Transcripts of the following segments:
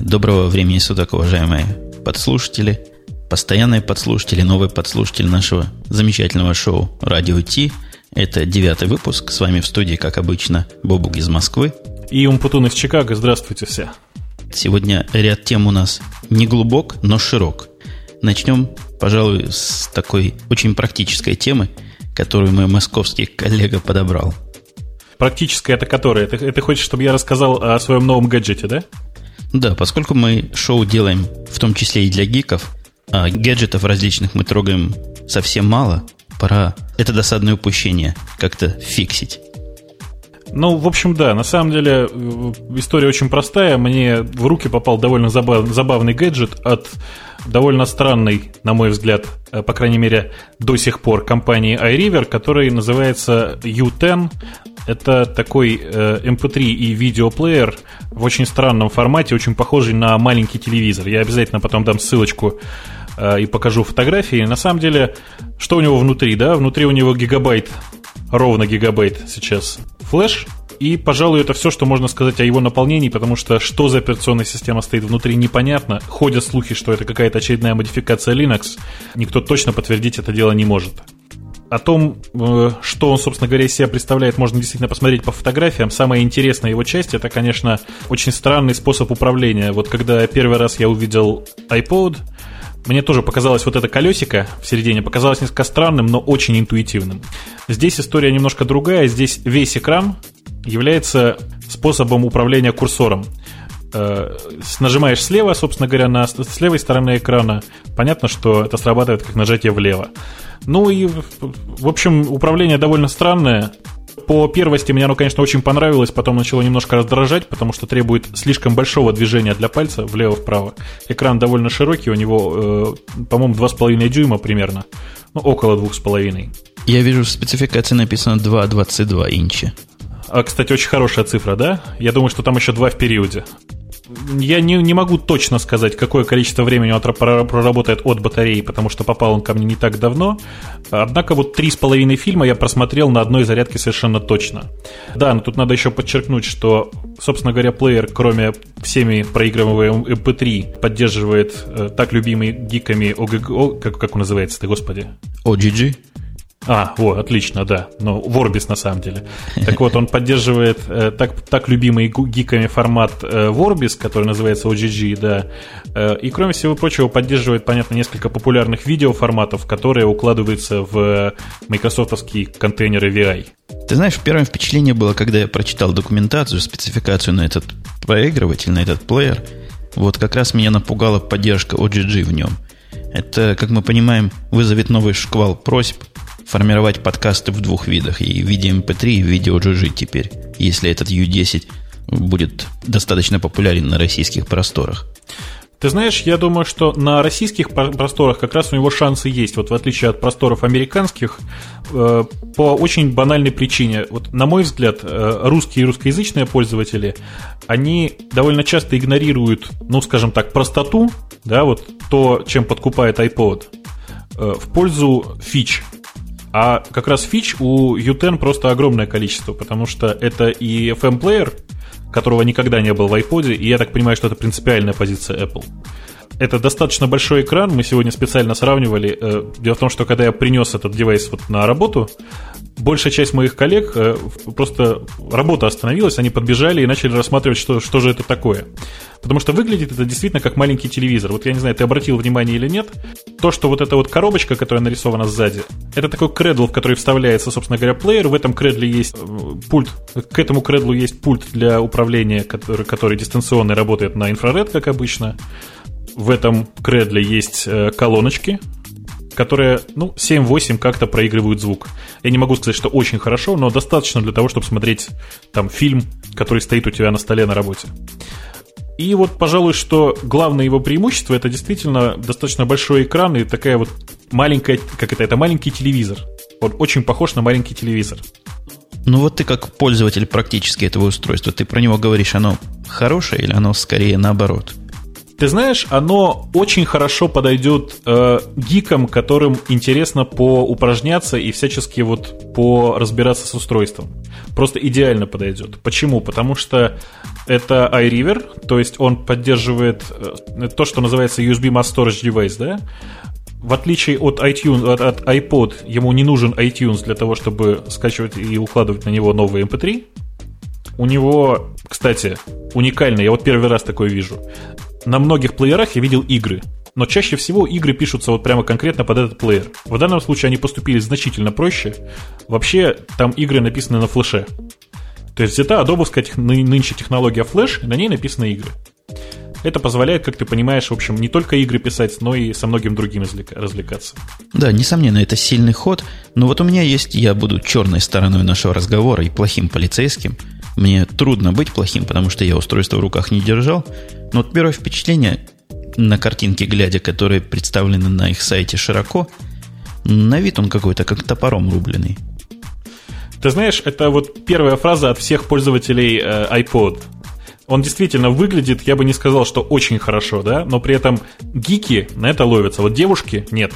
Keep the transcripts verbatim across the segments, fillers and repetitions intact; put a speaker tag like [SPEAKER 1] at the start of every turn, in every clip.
[SPEAKER 1] Доброго времени суток, уважаемые подслушатели, постоянные подслушатели, новые подслушатели нашего замечательного шоу «Радио Ти». Это девятый выпуск. С вами в студии, как обычно, Бобук из Москвы.
[SPEAKER 2] И Умпутун из Чикаго. Здравствуйте все.
[SPEAKER 1] Сегодня ряд тем у нас не глубок, но широк. Начнем, пожалуй, с такой очень практической темы, которую мой московский коллега подобрал.
[SPEAKER 2] Практическая это которая? Ты, ты хочешь, чтобы я рассказал о своем новом гаджете, да?
[SPEAKER 1] Да, поскольку мы шоу делаем в том числе и для гиков, а гаджетов различных мы трогаем совсем мало, пора это досадное упущение как-то фиксить.
[SPEAKER 2] Ну, в общем, да, на самом деле история очень простая. Мне в руки попал довольно забав, забавный гаджет от довольно странной, на мой взгляд, по крайней мере, до сих пор компании iRiver, который называется ю десять. Это такой э, эм пи три и видеоплеер в очень странном формате, очень похожий на маленький телевизор. Я обязательно потом дам ссылочку э, и покажу фотографии. На самом деле, что у него внутри, да? Внутри у него гигабайт, ровно гигабайт сейчас флеш. И, пожалуй, это все, что можно сказать о его наполнении, потому что что за операционная система стоит внутри, непонятно. Ходят слухи, что это какая-то очередная модификация Linux. Никто точно подтвердить это дело не может. О том, что он, собственно говоря, из себя представляет, можно действительно посмотреть по фотографиям. Самая интересная его часть — это, конечно, очень странный способ управления. Вот когда первый раз я увидел iPod, мне тоже показалось вот это колесико в середине, показалось несколько странным, но очень интуитивным. Здесь история немножко другая. Здесь весь экран является способом управления курсором. Нажимаешь слева, собственно говоря, на, с левой стороны экрана. Понятно, что это срабатывает как нажатие влево. Ну и, в общем, управление довольно странное. По первости мне оно, конечно, очень понравилось, потом начало немножко раздражать, потому что требует слишком большого движения для пальца влево-вправо. Экран довольно широкий, у него, э, по-моему, два с половиной дюйма примерно. Ну, около двух с половиной.
[SPEAKER 1] Я вижу, в спецификации написано два двадцать два инча.
[SPEAKER 2] А, кстати, очень хорошая цифра, да? Я думаю, что там еще два в периоде. Я не, не могу точно сказать, какое количество времени он проработает от батареи, потому что попал он ко мне не так давно. Однако вот три с половиной фильма я просмотрел на одной зарядке совершенно точно. Да, но тут надо еще подчеркнуть, что, собственно говоря, плеер, кроме всеми проигрываемого эм пи три, поддерживает э, так любимый гиками о джи джи, как, как он называется-то, господи?
[SPEAKER 1] о джи джи?
[SPEAKER 2] А, о, отлично, да. Ну, Vorbis на самом деле. Так вот, он поддерживает э, так, так любимый гиками формат э, Vorbis, который называется о джи джи, да. Э, и, кроме всего прочего, поддерживает, понятно, несколько популярных видеоформатов, которые укладываются в майкрософтовские контейнеры ви ай.
[SPEAKER 1] Ты знаешь, первое впечатление было, когда я прочитал документацию, спецификацию на этот проигрыватель, на этот плеер. Вот как раз меня напугала поддержка о джи джи в нем. Это, как мы понимаем, вызовет новый шквал просьб формировать подкасты в двух видах. И в виде эм пи три, и в виде о джи джи теперь, если этот ю десять будет достаточно популярен на российских просторах.
[SPEAKER 2] Ты знаешь, я думаю, что на российских просторах как раз у него шансы есть. Вот в отличие от просторов американских, э, по очень банальной причине. Вот, на мой взгляд, э, русские и русскоязычные пользователи, они довольно часто игнорируют, ну, скажем так, простоту, да, вот то, чем подкупает iPod, э, в пользу фич. А как раз фич у ю десять просто огромное количество, потому что это и эф эм-плеер, которого никогда не было в iPod, и я так понимаю, что это принципиальная позиция Apple. Это достаточно большой экран, мы сегодня специально сравнивали. Дело в том, что когда я принес этот девайс вот на работу, большая часть моих коллег просто работа остановилась, они подбежали и начали рассматривать, что, что же это такое. Потому что выглядит это действительно как маленький телевизор. Вот я не знаю, ты обратил внимание или нет, то, что вот эта вот коробочка, которая нарисована сзади, это такой кредл, в который вставляется, собственно говоря, плеер. В этом кредле есть пульт, к этому кредлу есть пульт для управления, который, который дистанционно работает на инфраред, как обычно. В этом кредле есть колоночки, которые, ну, семь-восемь как-то проигрывают звук. Я не могу сказать, что очень хорошо, но достаточно для того, чтобы смотреть там фильм, который стоит у тебя на столе на работе. И вот, пожалуй, что главное его преимущество — это действительно достаточно большой экран и такая вот маленькая, как это, это маленький телевизор. Он очень похож на маленький телевизор.
[SPEAKER 1] Ну вот ты как пользователь практически этого устройства, ты про него говоришь, оно хорошее или оно скорее наоборот?
[SPEAKER 2] Ты знаешь, оно очень хорошо подойдет э, гикам, которым интересно поупражняться и всячески вот поразбираться с устройством. Просто идеально подойдет. Почему? Потому что это iRiver, то есть он поддерживает э, то, что называется ю эс би Mass Storage Device, да? В отличие от iTunes, от, от iPod, ему не нужен iTunes для того, чтобы скачивать и укладывать на него новые эм пи три. У него, кстати, уникально, я вот первый раз такое вижу. На многих плеерах я видел игры, но чаще всего игры пишутся вот прямо конкретно под этот плеер. В данном случае они поступили значительно проще. Вообще, там игры написаны на флеше. То есть взята адобовская тех, нынче технология флеш, и на ней написаны игры. Это позволяет, как ты понимаешь, в общем, не только игры писать, но и со многим другим развлекаться.
[SPEAKER 1] Да, несомненно, это сильный ход. Но вот у меня есть, я буду черной стороной нашего разговора и плохим полицейским. Мне трудно быть плохим, потому что я устройство в руках не держал. Но вот первое впечатление на картинке, глядя, которые представлены на их сайте широко, на вид он какой-то как топором рубленый.
[SPEAKER 2] Ты знаешь, это вот первая фраза от всех пользователей э, iPod. Он действительно выглядит, я бы не сказал, что очень хорошо, да, но при этом гики на это ловятся. Вот девушки нет.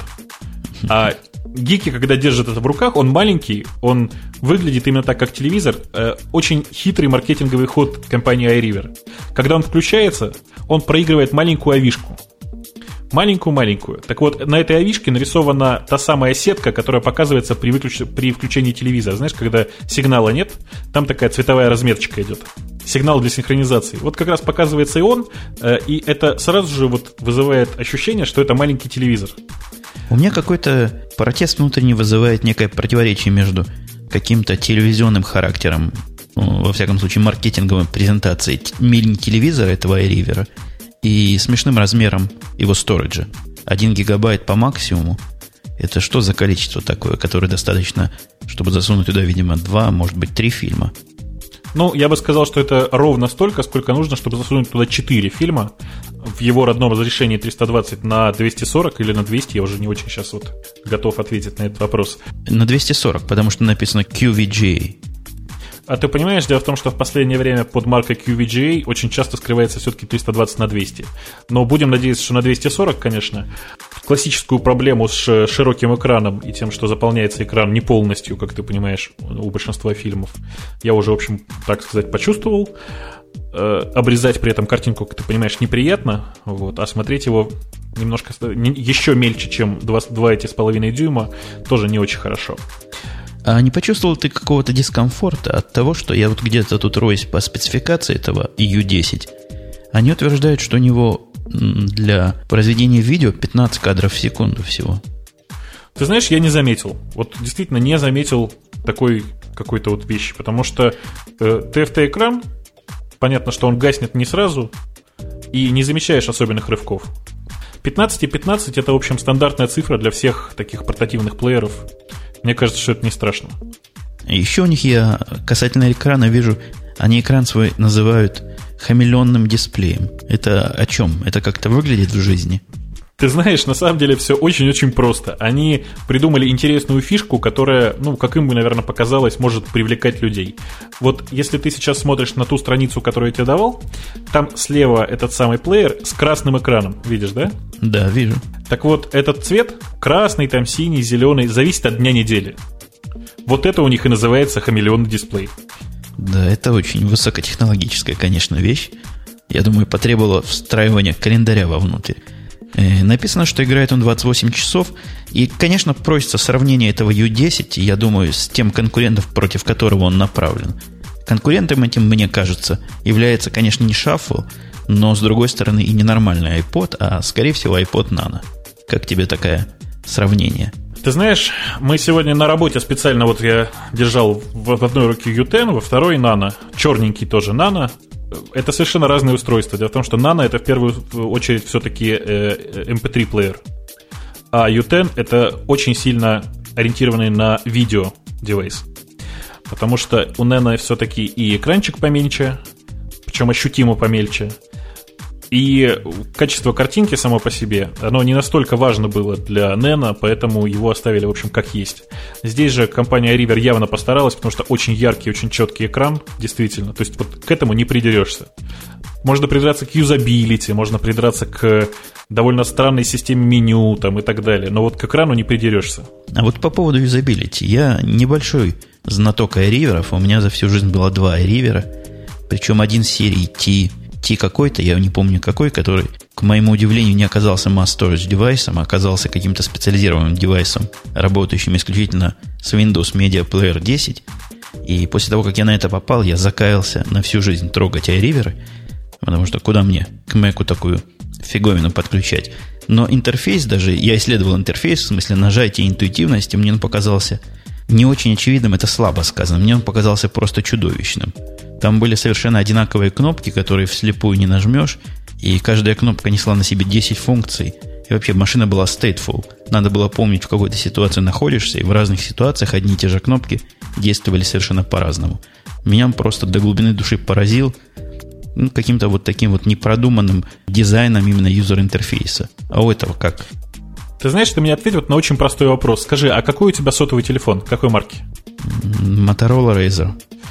[SPEAKER 2] А гики, когда держат это в руках, он маленький, он выглядит именно так, как телевизор. Э, очень хитрый маркетинговый ход компании iRiver. Когда он включается, он проигрывает маленькую авишку. Маленькую-маленькую. Так вот, на этой авишке нарисована та самая сетка, которая показывается при, выключ... при включении телевизора. Знаешь, когда сигнала нет, там такая цветовая разметочка идет. Сигнал для синхронизации. Вот как раз показывается и он, э, и это сразу же вот вызывает ощущение, что это маленький телевизор.
[SPEAKER 1] У меня какой-то протест внутренний вызывает некое противоречие между каким-то телевизионным характером, ну, во всяком случае, маркетинговой презентацией мини-телевизора этого iRiver и смешным размером его сториджа. Один гигабайт по максимуму. Это что за количество такое, которое достаточно, чтобы засунуть туда, видимо, два, может быть, три фильма?
[SPEAKER 2] Ну, я бы сказал, что это ровно столько, сколько нужно, чтобы засунуть туда четыре фильма в его родном разрешении триста двадцать на двести сорок или на двести. Я уже не очень сейчас вот готов ответить на этот вопрос.
[SPEAKER 1] На двести сорок, потому что написано кью ви джи эй.
[SPEAKER 2] А ты понимаешь, дело в том, что в последнее время под маркой кью ви джи эй очень часто скрывается все-таки триста двадцать на двести. Но будем надеяться, что на двести сорок, конечно. Классическую проблему с широким экраном и тем, что заполняется экран не полностью, как ты понимаешь, у большинства фильмов, я уже, в общем, так сказать, почувствовал. Обрезать при этом картинку, как ты понимаешь, неприятно, вот, а смотреть его немножко еще мельче, чем два с половиной дюйма, тоже не очень хорошо.
[SPEAKER 1] А не почувствовал ты какого-то дискомфорта от того, что я вот где-то тут роюсь по спецификации этого ю десять? Они утверждают, что у него для произведения видео пятнадцать кадров в секунду всего.
[SPEAKER 2] Ты знаешь, я не заметил. Вот действительно не заметил такой какой-то вот вещи, потому что э, ти эф ти-экран, понятно, что он гаснет не сразу, и не замечаешь особенных рывков. пятнадцать и пятнадцать это, в общем, стандартная цифра для всех таких портативных плееров. Мне кажется, что это не страшно.
[SPEAKER 1] Еще у них я касательно экрана вижу, они экран свой называют хамелеонным дисплеем. Это о чем? Это как-то выглядит в жизни?
[SPEAKER 2] Ты знаешь, на самом деле все очень-очень просто. Они придумали интересную фишку, которая, ну, как им, наверное, показалось, может привлекать людей. Вот если ты сейчас смотришь на ту страницу, которую я тебе давал, там слева этот самый плеер с красным экраном. Видишь, да?
[SPEAKER 1] Да, вижу.
[SPEAKER 2] Так вот, этот цвет, красный, там синий, зеленый, зависит от дня недели. Вот это у них и называется хамелеонный дисплей.
[SPEAKER 1] Да, это очень высокотехнологическая, конечно, вещь. Я думаю, потребовала встраивания календаря вовнутрь. Э, написано, что играет он двадцать восемь часов. И, конечно, просится сравнение этого ю десять, я думаю, с тем конкурентом, против которого он направлен. Конкурентом этим, мне кажется, является, конечно, не Shuffle, но, с другой стороны, и не нормальный iPod, а, скорее всего, iPod Nano. Как тебе такое сравнение?
[SPEAKER 2] Ты знаешь, мы сегодня на работе специально, вот я держал в одной руке ю десять, во второй Nano, черненький тоже Nano. Это совершенно разные устройства. Дело в том, что Nano это в первую очередь все-таки эм пи три плеер, а ю десять это очень сильно ориентированный на видео девайс. Потому что у Nano все-таки и экранчик поменьше, причем ощутимо помельче. И качество картинки само по себе, оно не настолько важно было для Nano, поэтому его оставили, в общем, как есть. Здесь же компания iRiver явно постаралась, потому что очень яркий, очень четкий экран, действительно. То есть вот к этому не придерешься. можно придраться к юзабилити, можно придраться к довольно странной системе меню там, и так далее. Но вот к экрану не придерешься.
[SPEAKER 1] А вот по поводу юзабилити. Я небольшой знаток iRiver'ов. У меня за всю жизнь было два iRiver'а. Причем один серии T, T какой-то, я не помню какой, который, к моему удивлению, не оказался mass storage девайсом, а оказался каким-то специализированным девайсом, работающим исключительно с Windows Media Player десять. И после того, как я на это попал, я закаялся на всю жизнь трогать iRiver'ы, потому что куда мне к Mac'у такую фиговину подключать. Но интерфейс даже, я исследовал интерфейс, в смысле нажатия и интуитивности, мне он показался не очень очевидным, это слабо сказано, мне он показался просто чудовищным. Там были совершенно одинаковые кнопки, которые вслепую не нажмешь, и каждая кнопка несла на себе десять функций. И вообще машина была stateful. Надо было помнить, в какой-то ситуации находишься, и в разных ситуациях одни и те же кнопки действовали совершенно по-разному. Меня он просто до глубины души поразил, ну, каким-то вот таким вот непродуманным дизайном именно юзер-интерфейса. А у этого как?
[SPEAKER 2] Ты знаешь, ты мне ответил на очень простой вопрос. Скажи, а какой у тебя сотовый телефон? Какой марки?
[SPEAKER 1] Motorola Razr.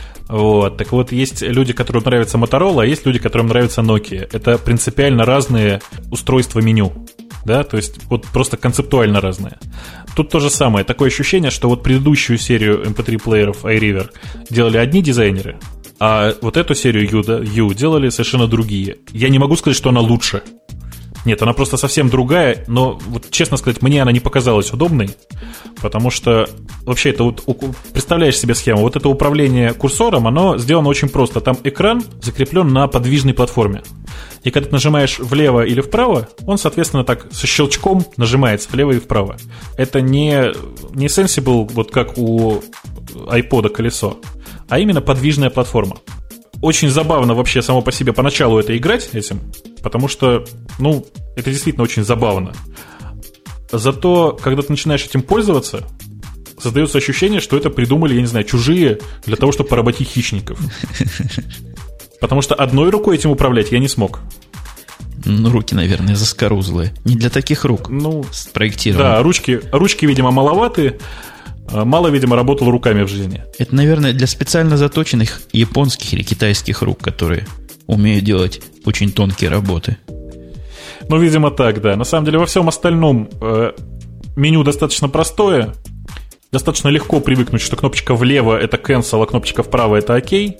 [SPEAKER 2] Вот, так вот, есть люди, которым нравится Motorola, а есть люди, которым нравится Nokia. Это принципиально разные устройства меню. Да, то есть вот просто концептуально разные. Тут то же самое. Такое ощущение, что вот предыдущую серию эм пи три плееров iRiver делали одни дизайнеры, а вот эту серию U, да, U делали совершенно другие. Я не могу сказать, что она лучше. Нет, она просто совсем другая, но, вот, честно сказать, мне она не показалась удобной, потому что вообще это вот, представляешь себе схему, вот это управление курсором, оно сделано очень просто. Там экран закреплен на подвижной платформе. И когда ты нажимаешь влево или вправо, он, соответственно, так со щелчком нажимается влево и вправо. Это не, не sensible, вот как у iPod колесо, а именно подвижная платформа. Очень забавно вообще само по себе поначалу это играть этим, потому что, ну, это действительно очень забавно. Зато, когда ты начинаешь этим пользоваться, создается ощущение, что это придумали, я не знаю, чужие для того, чтобы поработить хищников. Потому что одной рукой этим управлять я не смог.
[SPEAKER 1] Ну, руки, наверное, заскорузлые. Не для таких рук
[SPEAKER 2] ну,
[SPEAKER 1] спроектированы.
[SPEAKER 2] Да, ручки, ручки, видимо, маловаты. Мало, видимо, работал руками в жизни.
[SPEAKER 1] Это, наверное, для специально заточенных японских или китайских рук, которые умеют делать очень тонкие работы.
[SPEAKER 2] Ну, видимо, так, да. На самом деле, во всем остальном э, меню достаточно простое. Достаточно легко привыкнуть, что кнопочка влево — это cancel, а кнопочка вправо — это ОК.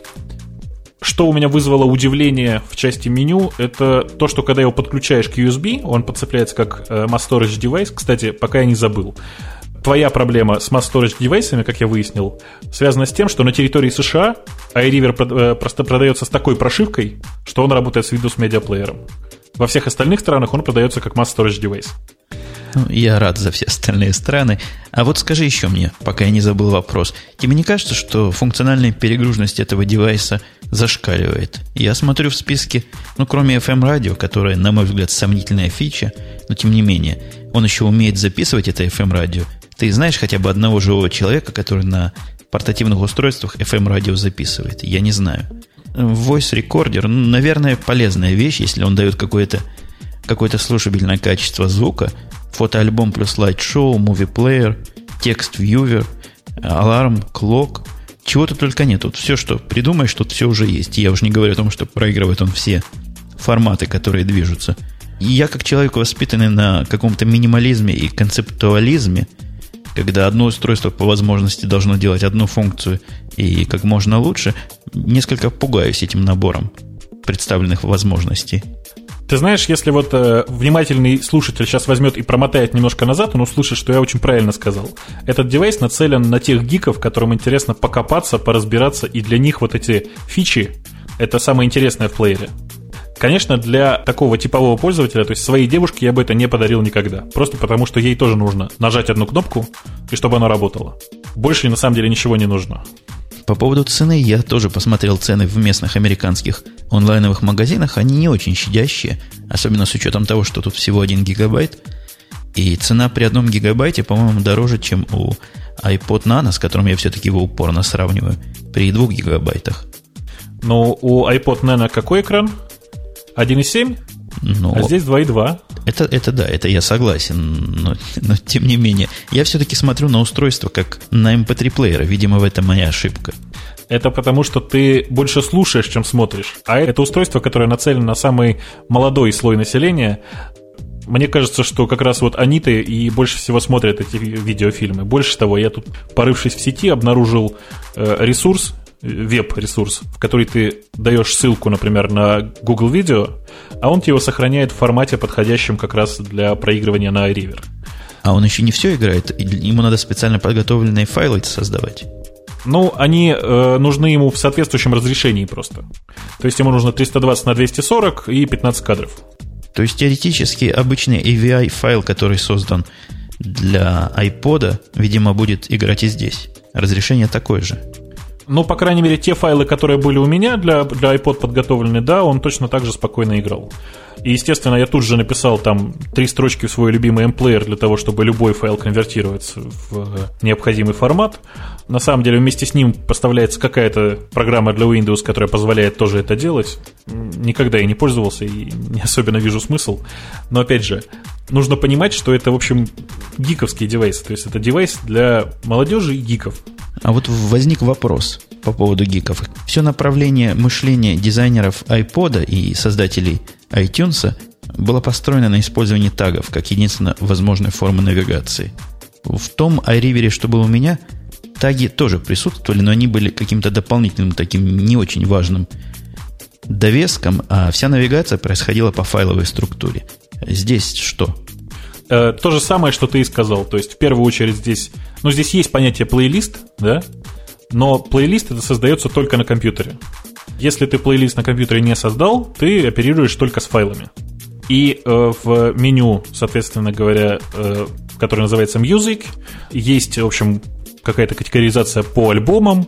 [SPEAKER 2] Что у меня вызвало удивление в части меню, это то, что когда его подключаешь к ю эс би, он подцепляется как э, mass storage device. Кстати, пока я не забыл. Твоя проблема с mass storage девайсами, как я выяснил, связана с тем, что на территории США iRiver просто продается с такой прошивкой, что он работает с Windows Media Player. Во всех остальных странах он продается как mass storage девайс.
[SPEAKER 1] Ну, я рад за все остальные страны. А вот скажи еще мне, пока я не забыл вопрос. Тебе не кажется, что функциональная перегруженность этого девайса зашкаливает? Я смотрю в списке, ну, кроме эф эм-радио, которое, на мой взгляд, сомнительная фича, но тем не менее, он еще умеет записывать это эф эм-радио. Ты знаешь хотя бы одного живого человека, который на портативных устройствах эф эм-радио записывает? Я не знаю. Voice Recorder, ну, наверное, полезная вещь, если он дает какое-то, какое-то слушабельное качество звука. Фотоальбом плюс слайд-шоу, муви-плеер, текст-вьювер, аларм, клок. Чего-то только нет. Тут все, что придумаешь, тут все уже есть. Я уж не говорю о том, что проигрывает он все форматы, которые движутся. И я, как человек, воспитанный на каком-то минимализме и концептуализме, когда одно устройство по возможности должно делать одну функцию и как можно лучше, несколько пугаюсь этим набором представленных возможностей.
[SPEAKER 2] Ты знаешь, если вот э, внимательный слушатель сейчас возьмет и промотает немножко назад, он услышит, что я очень правильно сказал. Этот девайс нацелен на тех гиков, которым интересно покопаться, поразбираться, и для них вот эти фичи — это самое интересное в плеере. Конечно, для такого типового пользователя, то есть своей девушке, я бы это не подарил никогда. Просто потому, что ей тоже нужно нажать одну кнопку, и чтобы оно работало. Больше на самом деле ничего не нужно.
[SPEAKER 1] По поводу цены, я тоже посмотрел цены в местных американских онлайновых магазинах. Они не очень щадящие, особенно с учетом того, что тут всего один гигабайт. И цена при одном гигабайте, по-моему, дороже, чем у iPod Nano, с которым я все-таки его упорно сравниваю, при двух гигабайтах.
[SPEAKER 2] Но у iPod Nano какой экран? один и семь?
[SPEAKER 1] Ну,
[SPEAKER 2] а здесь два и два.
[SPEAKER 1] Это, это да, это я согласен, но, но тем не менее. Я все-таки смотрю на устройство как на эм пи три плеера. Видимо, в этом моя ошибка.
[SPEAKER 2] Это потому, что ты больше слушаешь, чем смотришь. А это устройство, которое нацелено на самый молодой слой населения. Мне кажется, что как раз вот они-то и больше всего смотрят эти видеофильмы. Больше того, я тут, порывшись в сети, обнаружил э, ресурс, веб-ресурс, в который ты даешь ссылку, например, на Google Video, а он тебе его сохраняет в формате, подходящем как раз для проигрывания на iRiver.
[SPEAKER 1] А он еще не все играет? Ему надо специально подготовленные файлы создавать?
[SPEAKER 2] Ну, они э, нужны ему в соответствующем разрешении просто. То есть ему нужно триста двадцать на двести сорок и пятнадцать кадров.
[SPEAKER 1] То есть теоретически обычный эй ви ай-файл, который создан для iPod, видимо, будет играть и здесь. Разрешение такое же.
[SPEAKER 2] Ну, по крайней мере, те файлы, которые были у меня для, для iPod подготовлены, да, он точно так же спокойно играл. И, естественно, я тут же написал там три строчки в свой любимый M-плеер для того, чтобы любой файл конвертировать в необходимый формат. На самом деле, вместе с ним поставляется какая-то программа для Windows, которая позволяет тоже это делать. Никогда я не пользовался и не особенно вижу смысл. Но, опять же, нужно понимать, что это, в общем, гиковский девайс. То есть это девайс для молодежи и гиков.
[SPEAKER 1] А вот возник вопрос по поводу гиков. Все направление мышления дизайнеров iPod и создателей iTunes было построено на использовании тагов как единственно возможной формы навигации. В том iRiver, что был у меня, таги тоже присутствовали, но они были каким-то дополнительным, таким не очень важным довеском, а вся навигация происходила по файловой структуре. Здесь что?
[SPEAKER 2] То же самое, что ты и сказал. То есть, в первую очередь, здесь... Ну, здесь есть понятие плейлист, да? Но плейлист это создается только на компьютере. Если ты плейлист на компьютере не создал, ты оперируешь только с файлами. И э, в меню, соответственно говоря, э, которое называется Music, есть, в общем, какая-то категоризация по альбомам,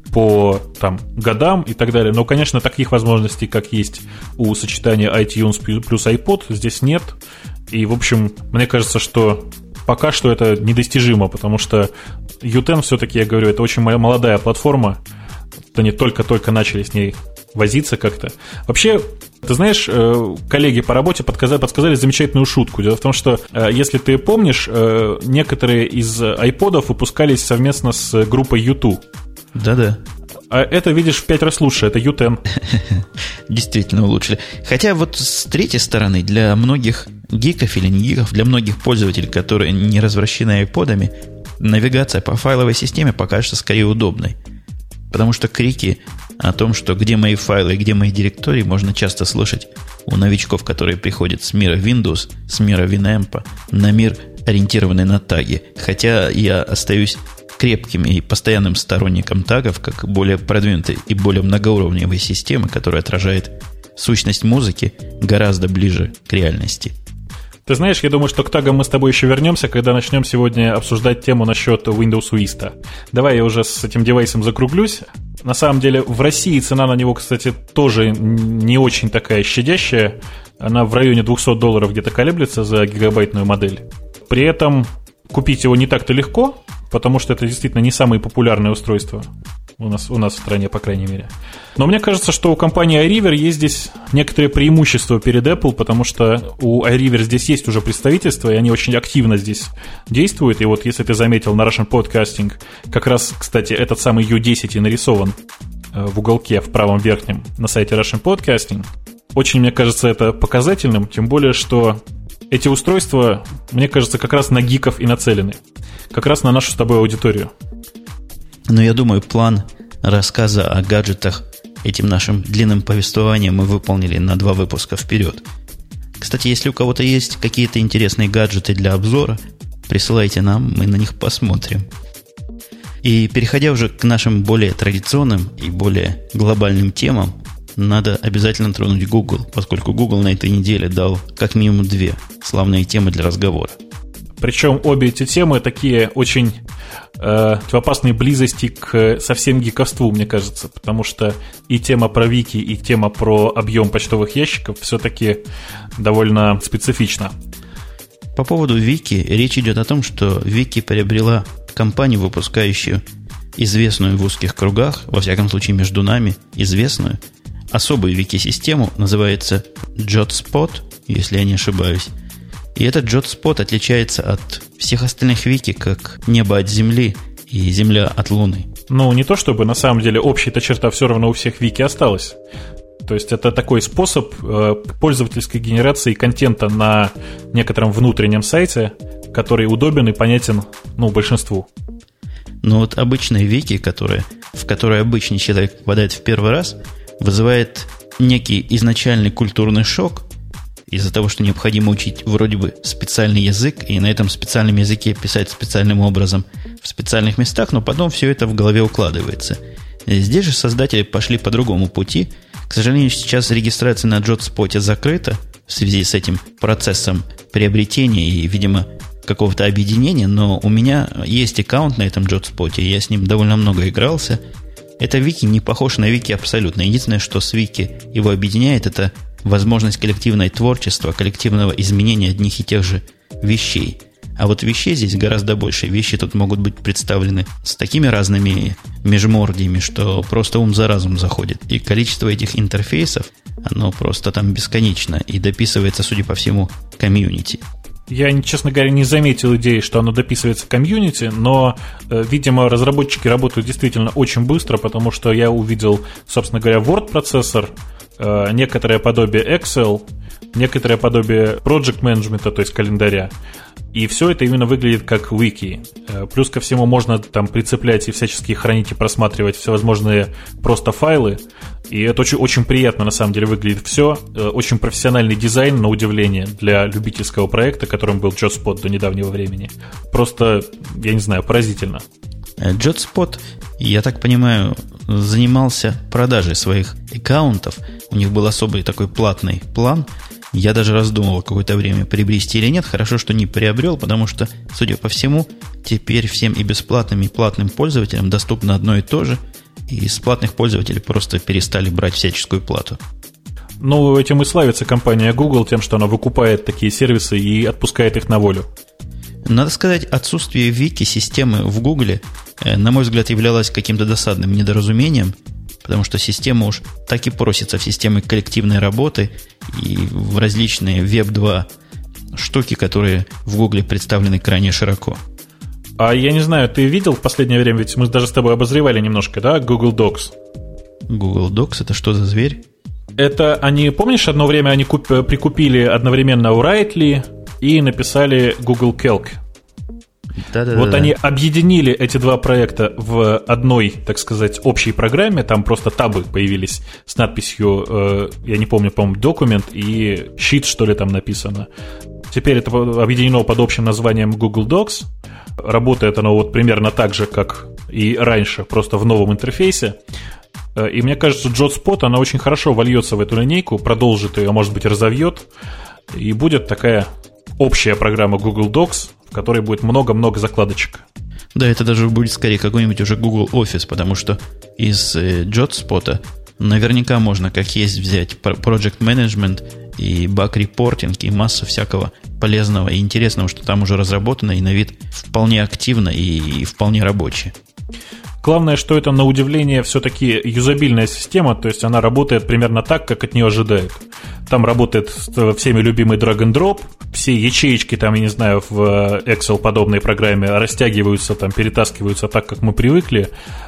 [SPEAKER 2] по там, годам и так далее. Но, конечно, таких возможностей, как есть у сочетания iTunes плюс iPod, здесь нет. И, в общем, мне кажется, что пока что это недостижимо, потому что ю десять все-таки, я говорю, это очень молодая платформа. Они только-только начали с ней возиться как-то. Вообще, ты знаешь, коллеги по работе подсказали, подсказали замечательную шутку. Дело в том, что, если ты помнишь, некоторые из iPod'ов выпускались совместно с группой ю два.
[SPEAKER 1] Да-да.
[SPEAKER 2] А это, видишь, в пять раз лучше, это ю десять.
[SPEAKER 1] Действительно улучшили. Хотя вот с третьей стороны, для многих гиков или не гиков, для многих пользователей, которые не развращены айподами, навигация по файловой системе покажется скорее удобной. Потому что крики о том, что где мои файлы и где мои директории, можно часто слышать у новичков, которые приходят с мира Windows, с мира Winamp на мир, ориентированный на таги. Хотя я остаюсь крепким и постоянным сторонником тагов, как более продвинутой и более многоуровневой системы, которая отражает сущность музыки гораздо ближе к реальности.
[SPEAKER 2] Ты знаешь, я думаю, что к тагам мы с тобой еще вернемся, когда начнем сегодня обсуждать тему насчет Windows Vista. Давай я уже с этим девайсом закруглюсь. На самом деле, в России цена на него, кстати, тоже не очень такая щадящая. Она в районе двести долларов где-то колеблется за гигабайтную модель. При этом купить его не так-то легко, потому что это действительно не самое популярное устройство у нас, у нас в стране, по крайней мере. Но мне кажется, что у компании iRiver есть здесь некоторые преимущества перед Apple, потому что у iRiver здесь есть уже представительство, и они очень активно здесь действуют. И вот если ты заметил на Russian Podcasting, как раз, кстати, этот самый ю десять и нарисован в уголке в правом верхнем на сайте Russian Podcasting. Очень, мне кажется, это показательным, тем более, что эти устройства, мне кажется, как раз на гиков и нацелены. Как раз на нашу с тобой аудиторию.
[SPEAKER 1] Но я думаю, план рассказа о гаджетах этим нашим длинным повествованием мы выполнили на два выпуска вперед. Кстати, если у кого-то есть какие-то интересные гаджеты для обзора, присылайте нам, мы на них посмотрим. И переходя уже к нашим более традиционным и более глобальным темам, надо обязательно тронуть Google, поскольку Google на этой неделе дал как минимум две славные темы для разговора.
[SPEAKER 2] Причем обе эти темы такие очень э, в опасной близости к совсем гиковству, мне кажется, потому что и тема про Вики, и тема про объем почтовых ящиков все-таки довольно специфична.
[SPEAKER 1] По поводу Вики речь идет о том, что Вики приобрела компанию, выпускающую известную в узких кругах, во всяком случае между нами, известную, особую Вики-систему, называется JotSpot, если я не ошибаюсь. И этот JotSpot отличается от всех остальных Вики как небо от Земли и Земля от Луны.
[SPEAKER 2] Ну, не то чтобы, на самом деле, общая-то черта все равно у всех вики осталась. То есть это такой способ э, пользовательской генерации контента на некотором внутреннем сайте, который удобен и понятен, ну, большинству.
[SPEAKER 1] Но вот обычные вики, которые, в которые обычный человек попадает в первый раз, вызывает некий изначальный культурный шок из-за того, что необходимо учить вроде бы специальный язык и на этом специальном языке писать специальным образом в специальных местах, но потом все это в голове укладывается. Здесь же создатели пошли по другому пути. К сожалению, сейчас регистрация на JotSpot закрыта в связи с этим процессом приобретения и, видимо, какого-то объединения, но у меня есть аккаунт на этом JotSpot, и я с ним довольно много игрался. Это вики не похож на вики абсолютно. Единственное, что с вики его объединяет, это возможность коллективного творчества, коллективного изменения одних и тех же вещей. А вот вещей здесь гораздо больше. Вещи тут могут быть представлены с такими разными межмордиями, что просто ум за разум заходит. И количество этих интерфейсов, оно просто там бесконечно и дописывается, судя по всему, комьюнити.
[SPEAKER 2] Я, честно говоря, не заметил идеи, что оно дописывается комьюнити, но, видимо, разработчики работают действительно очень быстро, потому что я увидел, собственно говоря, Word-процессор, некоторое подобие Excel, некоторое подобие Project Management, то есть календаря. И все это именно выглядит как вики. Плюс ко всему можно там прицеплять и всячески хранить и просматривать всевозможные просто файлы. И это очень, очень приятно на самом деле выглядит все. Очень профессиональный дизайн, на удивление, для любительского проекта, которым был JotSpot до недавнего времени. Просто, я не знаю, поразительно.
[SPEAKER 1] JotSpot, я так понимаю, занимался продажей своих аккаунтов. У них был особый такой платный план. Я даже раздумывал какое-то время, приобрести или нет. Хорошо, что не приобрел, потому что, судя по всему, теперь всем и бесплатным, и платным пользователям доступно одно и то же. И из платных пользователей просто перестали брать всяческую плату.
[SPEAKER 2] Ну, этим и славится компания Google, тем, что она выкупает такие сервисы и отпускает их на волю.
[SPEAKER 1] Надо сказать, отсутствие вики-системы в Гугле, на мой взгляд, являлось каким-то досадным недоразумением, потому что система уж так и просится в системы коллективной работы и в различные веб два штуки, которые в Гугле представлены крайне широко.
[SPEAKER 2] А я не знаю, ты видел в последнее время, ведь мы даже с тобой обозревали немножко, да, Google Docs?
[SPEAKER 1] Google Docs — это что за зверь?
[SPEAKER 2] Это они, помнишь, одно время они куп, прикупили одновременно Writely и написали Google Calc.
[SPEAKER 1] Да-да-да.
[SPEAKER 2] Вот они объединили эти два проекта в одной, так сказать, общей программе. Там просто табы появились с надписью, э, я не помню, по-моему, документ и sheet, что ли, там написано. Теперь это объединено под общим названием Google Docs. Работает оно вот примерно так же, как и раньше, просто в новом интерфейсе. И мне кажется, JotSpot, она очень хорошо вольется в эту линейку, продолжит ее, может быть, разовьет. И будет такая общая программа Google Docs, в которой будет много-много закладочек.
[SPEAKER 1] Да, это даже будет скорее какой-нибудь уже Google Office, потому что из э, JotSpot наверняка можно как есть взять Project Management и Bug Reporting и массу всякого полезного и интересного, что там уже разработано и на вид вполне активно и, и вполне рабочее.
[SPEAKER 2] Главное, что это на удивление все-таки юзабильная система, то есть она работает примерно так, как от нее ожидают. Там работает всеми любимый drag and drop, все ячеечки там, я не знаю, в Excel подобной программе растягиваются, там перетаскиваются так, как мы привыкли.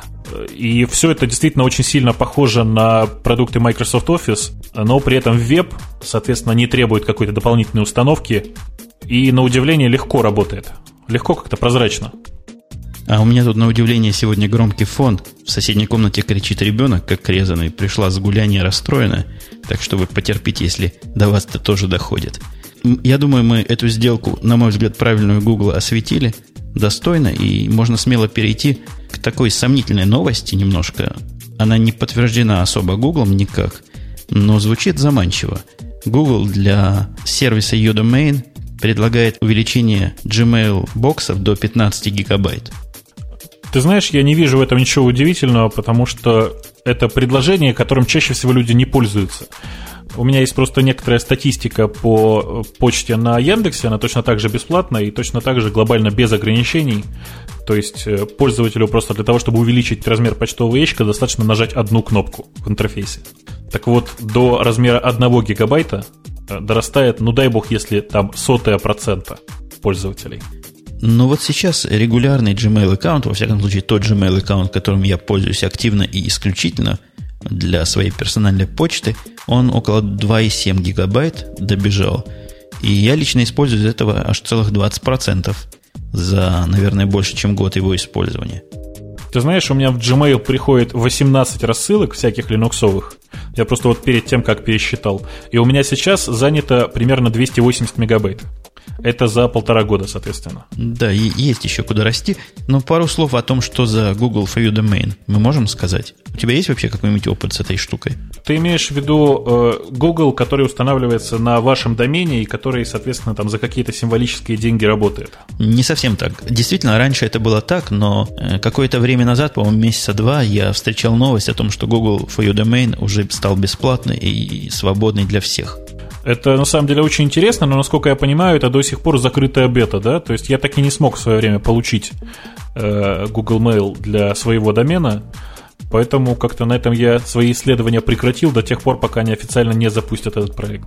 [SPEAKER 2] И все это действительно очень сильно похоже на продукты Microsoft Office, но при этом веб, соответственно, не требует какой-то дополнительной установки и, на удивление, легко работает. Легко, как-то прозрачно.
[SPEAKER 1] А у меня тут, на удивление, сегодня громкий фон. В соседней комнате кричит ребенок, как резаный. Пришла с гуляния расстроена. Так что вы потерпите, если до вас это тоже доходит. Я думаю, мы эту сделку, на мой взгляд, правильную Google осветили достойно. И можно смело перейти к такой сомнительной новости немножко. Она не подтверждена особо Google никак, но звучит заманчиво. Google для сервиса uDomain предлагает увеличение Gmail боксов до пятнадцать гигабайт.
[SPEAKER 2] Ты знаешь, я не вижу в этом ничего удивительного, потому что это предложение, которым чаще всего люди не пользуются. У меня есть просто некоторая статистика по почте на Яндексе, она точно так же бесплатная и точно так же глобально без ограничений. То есть пользователю просто для того, чтобы увеличить размер почтового ящика, достаточно нажать одну кнопку в интерфейсе. Так вот, до размера одного гигабайта дорастает, ну дай бог, если там сотая процента пользователей.
[SPEAKER 1] Но вот сейчас регулярный Gmail аккаунт, во всяком случае тот Gmail аккаунт, которым я пользуюсь активно и исключительно для своей персональной почты, он около два и семь гигабайт добежал. И я лично использую из этого аж целых двадцать процентов за, наверное, больше, чем год его использования.
[SPEAKER 2] Ты знаешь, у меня в Gmail приходит восемнадцать рассылок всяких линуксовых. Я просто вот перед тем, как пересчитал. И у меня сейчас занято примерно двести восемьдесят мегабайт. Это за полтора года, соответственно.
[SPEAKER 1] Да, и есть еще куда расти. Но пару слов о том, что за Google For You Domain мы можем сказать. У тебя есть вообще какой-нибудь опыт с этой штукой?
[SPEAKER 2] Ты имеешь в виду э, Google, который устанавливается на вашем домене и который, соответственно, там за какие-то символические деньги работает? Не
[SPEAKER 1] совсем так. Действительно, раньше это было так, но э, какое-то время назад, по-моему, месяца два, я встречал новость о том, что Google For You Domain уже стал бесплатный и свободный для всех.
[SPEAKER 2] Это на самом деле очень интересно, но, насколько я понимаю, это до сих пор закрытая бета, да? То есть я так и не смог в свое время получить э, Google Mail для своего домена, поэтому как-то на этом я свои исследования прекратил до тех пор, пока они официально не запустят этот проект.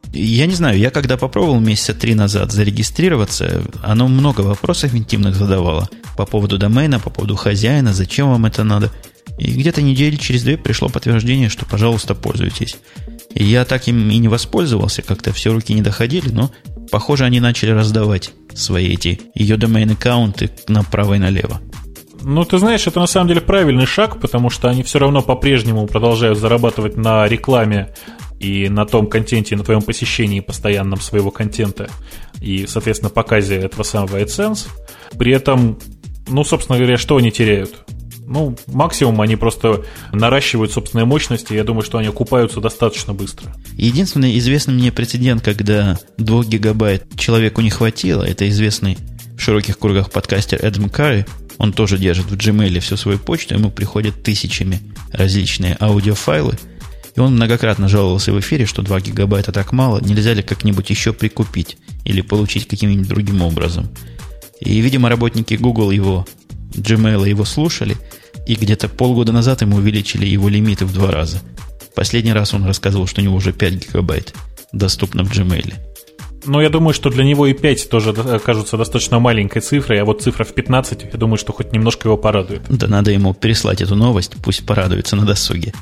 [SPEAKER 1] Я не знаю, я когда попробовал месяца три назад зарегистрироваться, оно много вопросов интимных задавало по поводу домена, по поводу хозяина, зачем вам это надо. И где-то недели через две пришло подтверждение, что, пожалуйста, пользуйтесь. И я так им и не воспользовался, как-то все руки не доходили, но, похоже, они начали раздавать свои эти ее домен-аккаунты направо и налево.
[SPEAKER 2] Ну, ты знаешь, это на самом деле правильный шаг, потому что они все равно по-прежнему продолжают зарабатывать на рекламе и на том контенте, и на твоем посещении постоянном своего контента, и, соответственно, показе этого самого AdSense. При этом, ну, собственно говоря, что они теряют? Ну, максимум они просто наращивают собственные мощности. Я думаю, что они окупаются достаточно быстро.
[SPEAKER 1] Единственный известный мне прецедент, когда двух гигабайт человеку не хватило, это известный в широких кругах подкастер Эдам Карри. Он тоже держит в Gmail всю свою почту, ему приходят тысячами различные аудиофайлы. И он многократно жаловался в эфире, что два гигабайта так мало, нельзя ли как-нибудь еще прикупить или получить каким-нибудь другим образом. И, видимо, работники Google его, Gmail его слушали, и где-то полгода назад ему увеличили его лимиты в два раза. Последний раз он рассказывал, что у него уже пять гигабайт доступно в Gmail.
[SPEAKER 2] Но я думаю, что для него и пять тоже кажутся достаточно маленькой цифрой, а вот цифра в пятнадцать, я думаю, что хоть немножко его порадует.
[SPEAKER 1] Да надо ему переслать эту новость, пусть порадуется на досуге.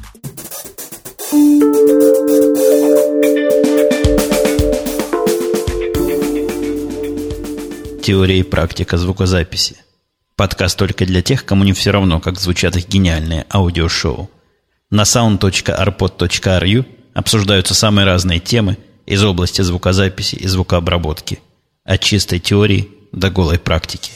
[SPEAKER 1] Теория и практика звукозаписи. Подкаст только для тех, кому не все равно, как звучат их гениальные аудиошоу. На sound точка arpod точка ru обсуждаются самые разные темы из области звукозаписи и звукообработки. От чистой теории до голой практики.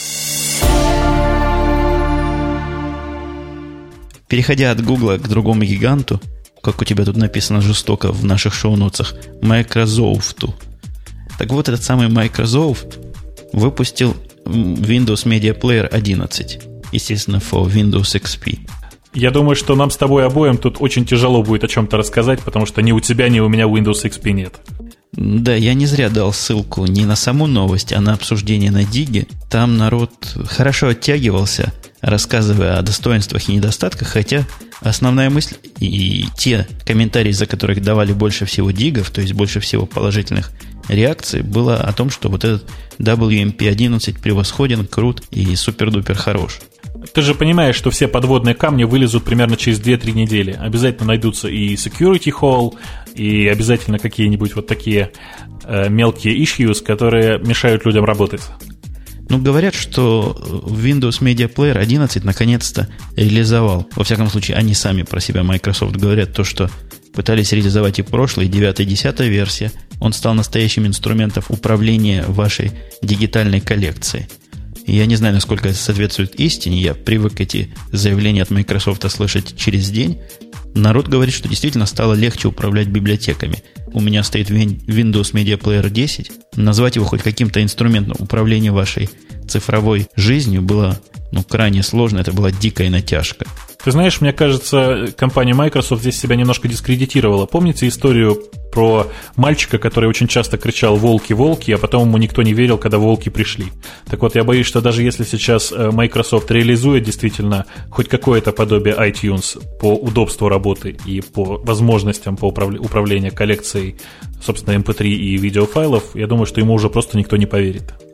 [SPEAKER 1] Переходя от Гугла к другому гиганту, как у тебя тут написано жестоко в наших шоу-нотсах, Microsoft. Так вот, этот самый Microsoft выпустил Windows Media Player одиннадцать, естественно, for Windows икс пи.
[SPEAKER 2] Я думаю, что нам с тобой обоим тут очень тяжело будет о чем-то рассказать, потому что ни у тебя, ни у меня Windows икс пи нет.
[SPEAKER 1] Да, я не зря дал ссылку не на саму новость, а на обсуждение на Диге. Там народ хорошо оттягивался, рассказывая о достоинствах и недостатках, хотя основная мысль и те комментарии, за которых давали больше всего дигов, то есть больше всего положительных реакций, было о том, что вот этот дабл ю эм пи одиннадцать превосходен, крут и супер-дупер хорош.
[SPEAKER 2] Ты же понимаешь, что все подводные камни вылезут примерно через две-три недели. Обязательно найдутся и security hole, и обязательно какие-нибудь вот такие э, мелкие issues, которые мешают людям работать.
[SPEAKER 1] Ну, говорят, что Windows Media Player одиннадцать наконец-то реализовал. Во всяком случае, они сами про себя, Microsoft, говорят то, что пытались реализовать и прошлые, девятая и десятая версия. Он стал настоящим инструментом управления вашей дигитальной коллекцией. И я не знаю, насколько это соответствует истине. Я привык эти заявления от Microsoft слышать через день. Народ говорит, что действительно стало легче управлять библиотеками. У меня стоит Windows Media Player десять. Назвать его хоть каким-то инструментом управления вашей цифровой жизнью было ну, крайне сложно. Это была дикая натяжка.
[SPEAKER 2] Ты знаешь, мне кажется, компания Microsoft здесь себя немножко дискредитировала. Помните историю про мальчика, который очень часто кричал «волки, волки», а потом ему никто не верил, когда волки пришли? Так вот, я боюсь, что даже если сейчас Microsoft реализует действительно хоть какое-то подобие iTunes по удобству работы и по возможностям по управля- управлению коллекцией, собственно, эм пи три и видеофайлов, я думаю, что ему уже просто никто не поверит.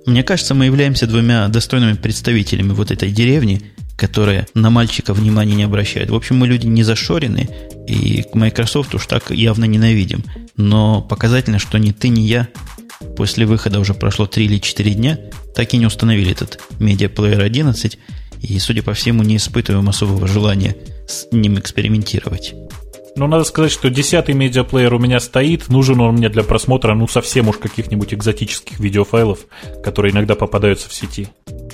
[SPEAKER 1] Мне кажется, мы являемся двумя достойными представителями вот этой деревни, которая на мальчика внимания не обращает. В общем, мы люди не зашорены, и к Microsoft уж так явно ненавидим. Но показательно, что ни ты, ни я после выхода уже прошло три или четыре дня, так и не установили этот Media Player одиннадцать, и, судя по всему, не испытываем особого желания с ним экспериментировать.
[SPEAKER 2] Ну, надо сказать, что десятый медиаплеер у меня стоит. Нужен он мне для просмотра, ну, совсем уж каких-нибудь экзотических видеофайлов, которые иногда попадаются в сети.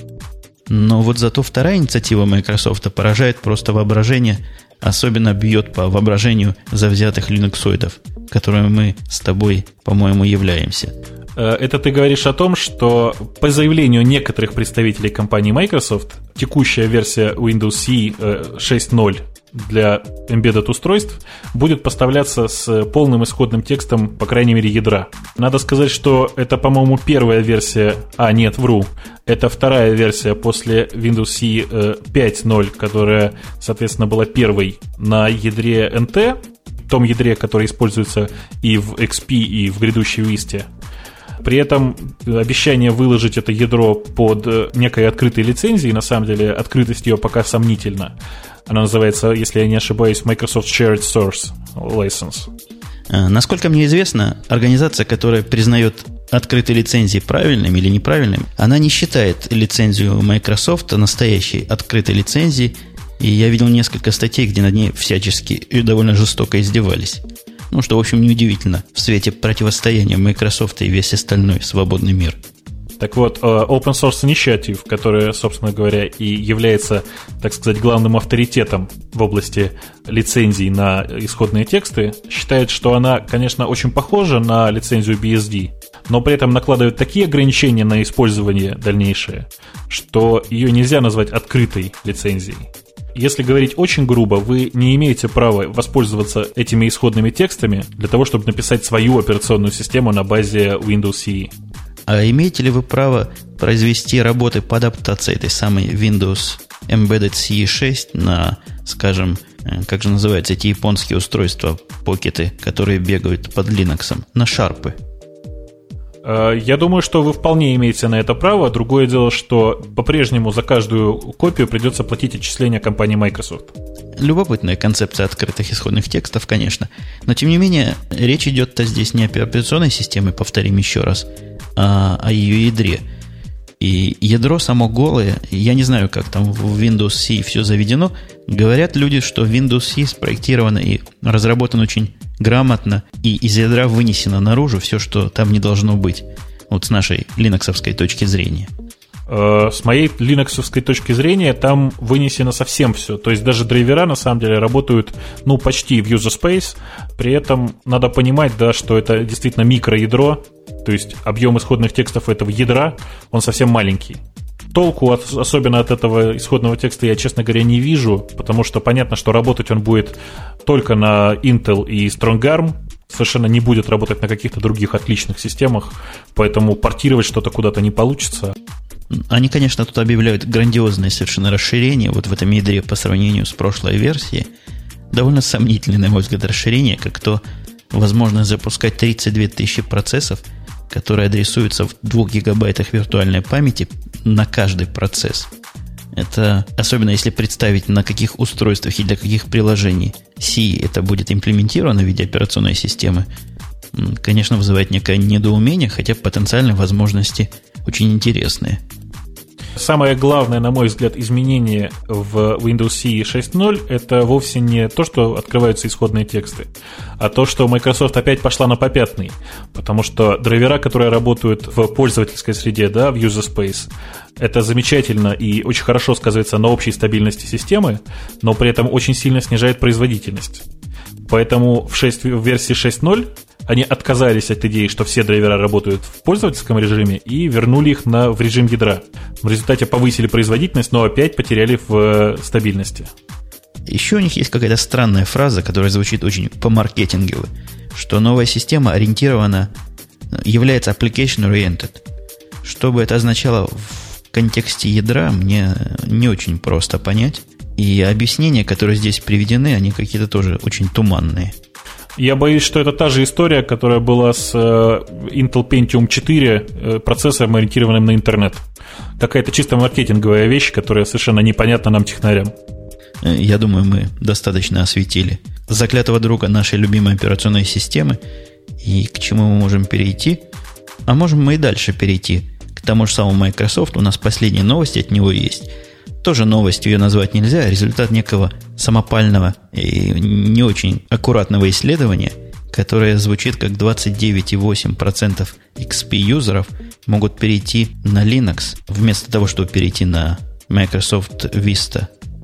[SPEAKER 1] Но вот зато вторая инициатива Microsoft поражает просто воображение, особенно бьет по воображению завзятых линуксоидов, которыми мы с тобой, по-моему, являемся.
[SPEAKER 2] Это ты говоришь о том, что по заявлению некоторых представителей компании Microsoft текущая версия Windows си шесть ноль для embedded устройств будет поставляться с полным исходным текстом, по крайней мере, ядра. Надо сказать, что это, по-моему, первая версия... А, нет, вру. Это вторая версия после Windows си пять ноль, которая, соответственно, была первой на ядре эн ти, том ядре, который используется и в икс пи, и в грядущей Vista. При этом обещание выложить это ядро под некой открытой лицензией, на самом деле открытость ее пока сомнительна. Она называется, если я не ошибаюсь, Microsoft Shared Source License.
[SPEAKER 1] Насколько мне известно, организация, которая признает открытые лицензии правильными или неправильными, она не считает лицензию Microsoft настоящей открытой лицензией, и я видел несколько статей, где над ней всячески и довольно жестоко издевались. Ну, что, в общем, неудивительно в свете противостояния Microsoft и весь остальной свободный мир.
[SPEAKER 2] Так вот, Open Source Initiative, которая, собственно говоря, и является, так сказать, главным авторитетом в области лицензий на исходные тексты, считает, что она, конечно, очень похожа на лицензию би эс ди, но при этом накладывает такие ограничения на использование дальнейшее, что ее нельзя назвать открытой лицензией. Если говорить очень грубо, вы не имеете права воспользоваться этими исходными текстами для того, чтобы написать свою операционную систему на базе Windows си.
[SPEAKER 1] А имеете ли вы право произвести работы по адаптации этой самой Windows Embedded си шесть на, скажем, как же называются эти японские устройства, покеты, которые бегают под Linux, на шарпы?
[SPEAKER 2] Я думаю, что вы вполне имеете на это право. Другое дело, что по-прежнему за каждую копию придется платить отчисления компании Microsoft.
[SPEAKER 1] Любопытная концепция открытых исходных текстов, конечно. Но, тем не менее, речь идет-то здесь не о операционной системе, повторим еще раз, а о ее ядре. И ядро само голое, я не знаю, как там в Windows си все заведено. Говорят люди, что Windows си спроектировано и разработан очень грамотно, и из ядра вынесено наружу все, что там не должно быть. Вот с нашей линоксовской точки зрения.
[SPEAKER 2] С моей линоксовской точки зрения там вынесено совсем все. То есть даже драйвера на самом деле работают, ну, почти в user space. При этом надо понимать, да, что это действительно микроядро. То есть объем исходных текстов этого ядра, он совсем маленький. Толку от, особенно от этого исходного текста я, честно говоря, не вижу, потому что понятно, что работать он будет только на Intel и StrongArm, совершенно не будет работать на каких-то других отличных системах, поэтому портировать что-то куда-то не получится.
[SPEAKER 1] Они, конечно, тут объявляют грандиозное совершенно расширение вот в этом ядре по сравнению с прошлой версией. Довольно сомнительное, на мой взгляд, расширение, как то возможность запускать тридцать две тысячи процессов, которые адресуются в двух гигабайтах виртуальной памяти на каждый процесс. Это, особенно если представить, на каких устройствах и для каких приложений си это будет имплементировано в виде операционной системы, конечно, вызывает некое недоумение, хотя потенциальные возможности очень интересные.
[SPEAKER 2] Самое главное, на мой взгляд, изменение в Windows си шесть ноль это вовсе не то, что открываются исходные тексты, а то, что Microsoft опять пошла на попятный, потому что драйвера, которые работают в пользовательской среде, да, в user space, это замечательно и очень хорошо сказывается на общей стабильности системы, но при этом очень сильно снижает производительность. Поэтому в, шесть, в версии шесть ноль они отказались от идеи, что все драйвера работают в пользовательском режиме, и вернули их на, в режим ядра. В результате повысили производительность, но опять потеряли в стабильности.
[SPEAKER 1] Еще у них есть какая-то странная фраза, которая звучит очень по-маркетингово, что новая система ориентирована, является application-oriented. Что бы это означало в контексте ядра, мне не очень просто понять. И объяснения, которые здесь приведены, они какие-то тоже очень туманные.
[SPEAKER 2] Я боюсь, что это та же история, которая была с Intel Pentium четыре процессором, ориентированным на интернет. Какая-то чисто маркетинговая вещь, которая совершенно непонятна нам, технарям.
[SPEAKER 1] Я думаю, мы достаточно осветили заклятого друга нашей любимой операционной системы и к чему мы можем перейти. А можем мы и дальше перейти к тому же самому Microsoft. У нас последние новости от него есть. Тоже новостью ее назвать нельзя. Результат некого самопального и не очень аккуратного исследования, которое звучит как двадцать девять целых восемь десятых процента икс пи-юзеров могут перейти на Linux, вместо того, чтобы перейти на Microsoft Vista.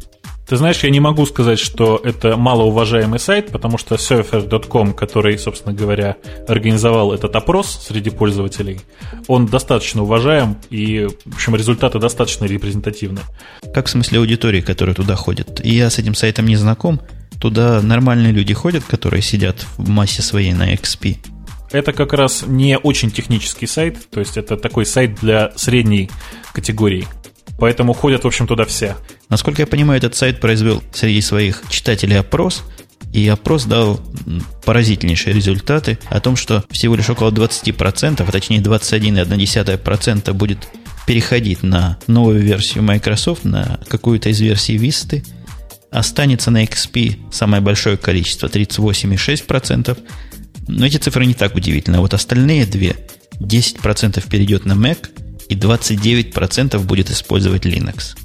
[SPEAKER 2] Ты знаешь, я не могу сказать, что это малоуважаемый сайт, потому что Surfer точка ком, который, собственно говоря, организовал этот опрос среди пользователей, он достаточно уважаем, и, в общем, результаты достаточно репрезентативны.
[SPEAKER 1] Как в смысле аудитории, которые туда ходят? И я с этим сайтом не знаком. Туда нормальные люди ходят, которые сидят в массе своей на икс пи.
[SPEAKER 2] Это как раз не очень технический сайт, то есть это такой сайт для средней категории. Поэтому ходят, в общем, туда все.
[SPEAKER 1] Насколько я понимаю, этот сайт произвел среди своих читателей опрос, и опрос дал поразительнейшие результаты о том, что всего лишь около двадцать процентов, а точнее двадцать один целых одна десятая процента будет переходить на новую версию Microsoft, на какую-то из версий Vista. Останется на икс пи самое большое количество, тридцать восемь целых шесть десятых процента. Но эти цифры не так удивительны. А вот остальные две, десять процентов перейдет на Mac, и двадцать девять процентов будет использовать Linux.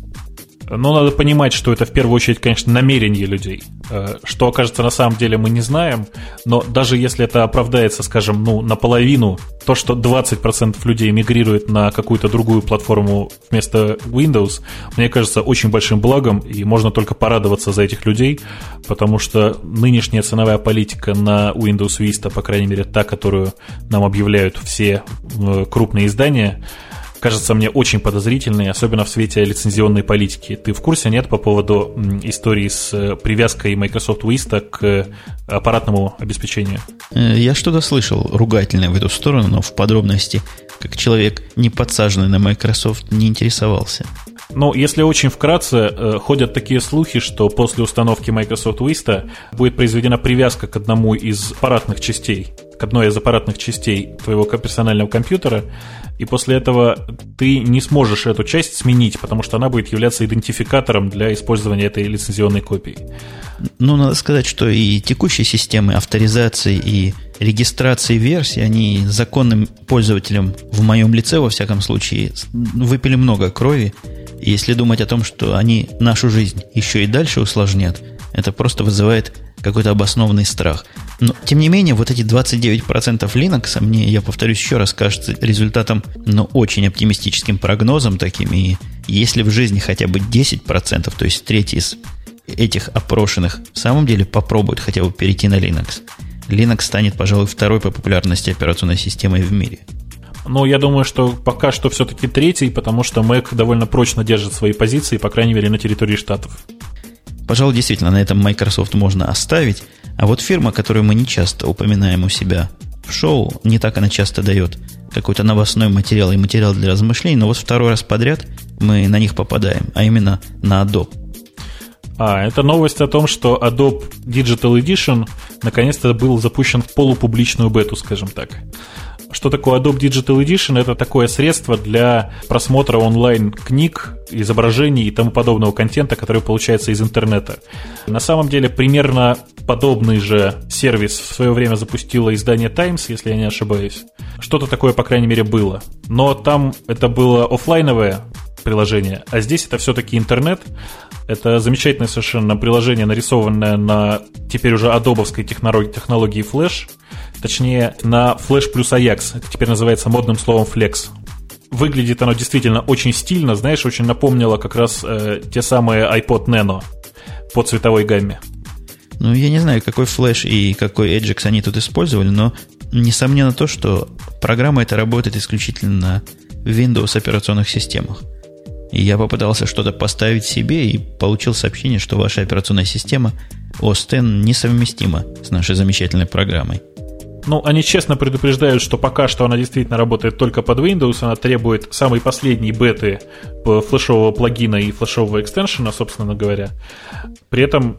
[SPEAKER 2] Но надо понимать, что это в первую очередь, конечно, намерение людей. Что окажется на самом деле, мы не знаем. Но даже если это оправдается, скажем, ну, наполовину, то, что двадцать процентов людей мигрирует на какую-то другую платформу вместо Windows, мне кажется, очень большим благом, и можно только порадоваться за этих людей, потому что нынешняя ценовая политика на Windows Vista, по крайней мере, та, которую нам объявляют все крупные издания, кажется мне очень подозрительной, особенно в свете лицензионной политики. Ты в курсе, нет, по поводу истории с привязкой Microsoft Vista к аппаратному обеспечению?
[SPEAKER 1] Я что-то слышал ругательное в эту сторону, но в подробности, как человек, не подсаженный на Microsoft, не интересовался.
[SPEAKER 2] Ну, если очень вкратце, ходят такие слухи, что после установки Microsoft Vista будет произведена привязка к одному из аппаратных частей, к одной из аппаратных частей твоего персонального компьютера, и после этого ты не сможешь эту часть сменить, потому что она будет являться идентификатором для использования этой лицензионной копии.
[SPEAKER 1] Ну, надо сказать, что и текущие системы авторизации и регистрации версий, они законным пользователям, в моем лице, во всяком случае, выпили много крови. И если думать о том, что они нашу жизнь еще и дальше усложнят, это просто вызывает какой-то обоснованный страх. Но, тем не менее, вот эти двадцать девять процентов Linux, мне, я повторюсь еще раз, кажется результатом, ну, очень оптимистическим прогнозом таким. И если в жизни хотя бы десять процентов, то есть треть из этих опрошенных в самом деле попробуют хотя бы перейти на Linux, Linux станет, пожалуй, второй по популярности операционной системой в мире.
[SPEAKER 2] Ну, я думаю, что пока что все-таки третий, потому что Mac довольно прочно держит свои позиции, по крайней мере, на территории Штатов.
[SPEAKER 1] Пожалуй, действительно, на этом Microsoft можно оставить. А вот фирма, которую мы не часто упоминаем у себя в шоу, не так она часто дает какой-то новостной материал и материал для размышлений, но вот второй раз подряд мы на них попадаем, а именно на Adobe.
[SPEAKER 2] А, это новость о том, что Adobe Digital Edition наконец-то был запущен в полупубличную бету, скажем так. Что такое Adobe Digital Edition? Это такое средство для просмотра онлайн книг, изображений и тому подобного контента, который получается из интернета. На самом деле, примерно подобный же сервис в свое время запустило издание Times, если я не ошибаюсь. Что-то такое, по крайней мере, было. Но там это было офлайновое приложение, а здесь это все-таки интернет. Это замечательное совершенно приложение, нарисованное на теперь уже адобовской технологии Flash, точнее на Flash плюс Ajax, это теперь называется модным словом Flex. Выглядит оно действительно очень стильно, знаешь, очень напомнило как раз э, те самые iPod Nano по цветовой гамме.
[SPEAKER 1] Ну, я не знаю, какой Flash и какой Ajax они тут использовали, но несомненно то, что программа эта работает исключительно на Windows операционных системах. И я попытался что-то поставить себе и получил сообщение, что ваша операционная система о эс X несовместима с нашей замечательной программой.
[SPEAKER 2] Ну, они честно предупреждают, что пока что она действительно работает только под Windows, она требует самой последней беты флешового плагина и флешового экстеншена, собственно говоря. При этом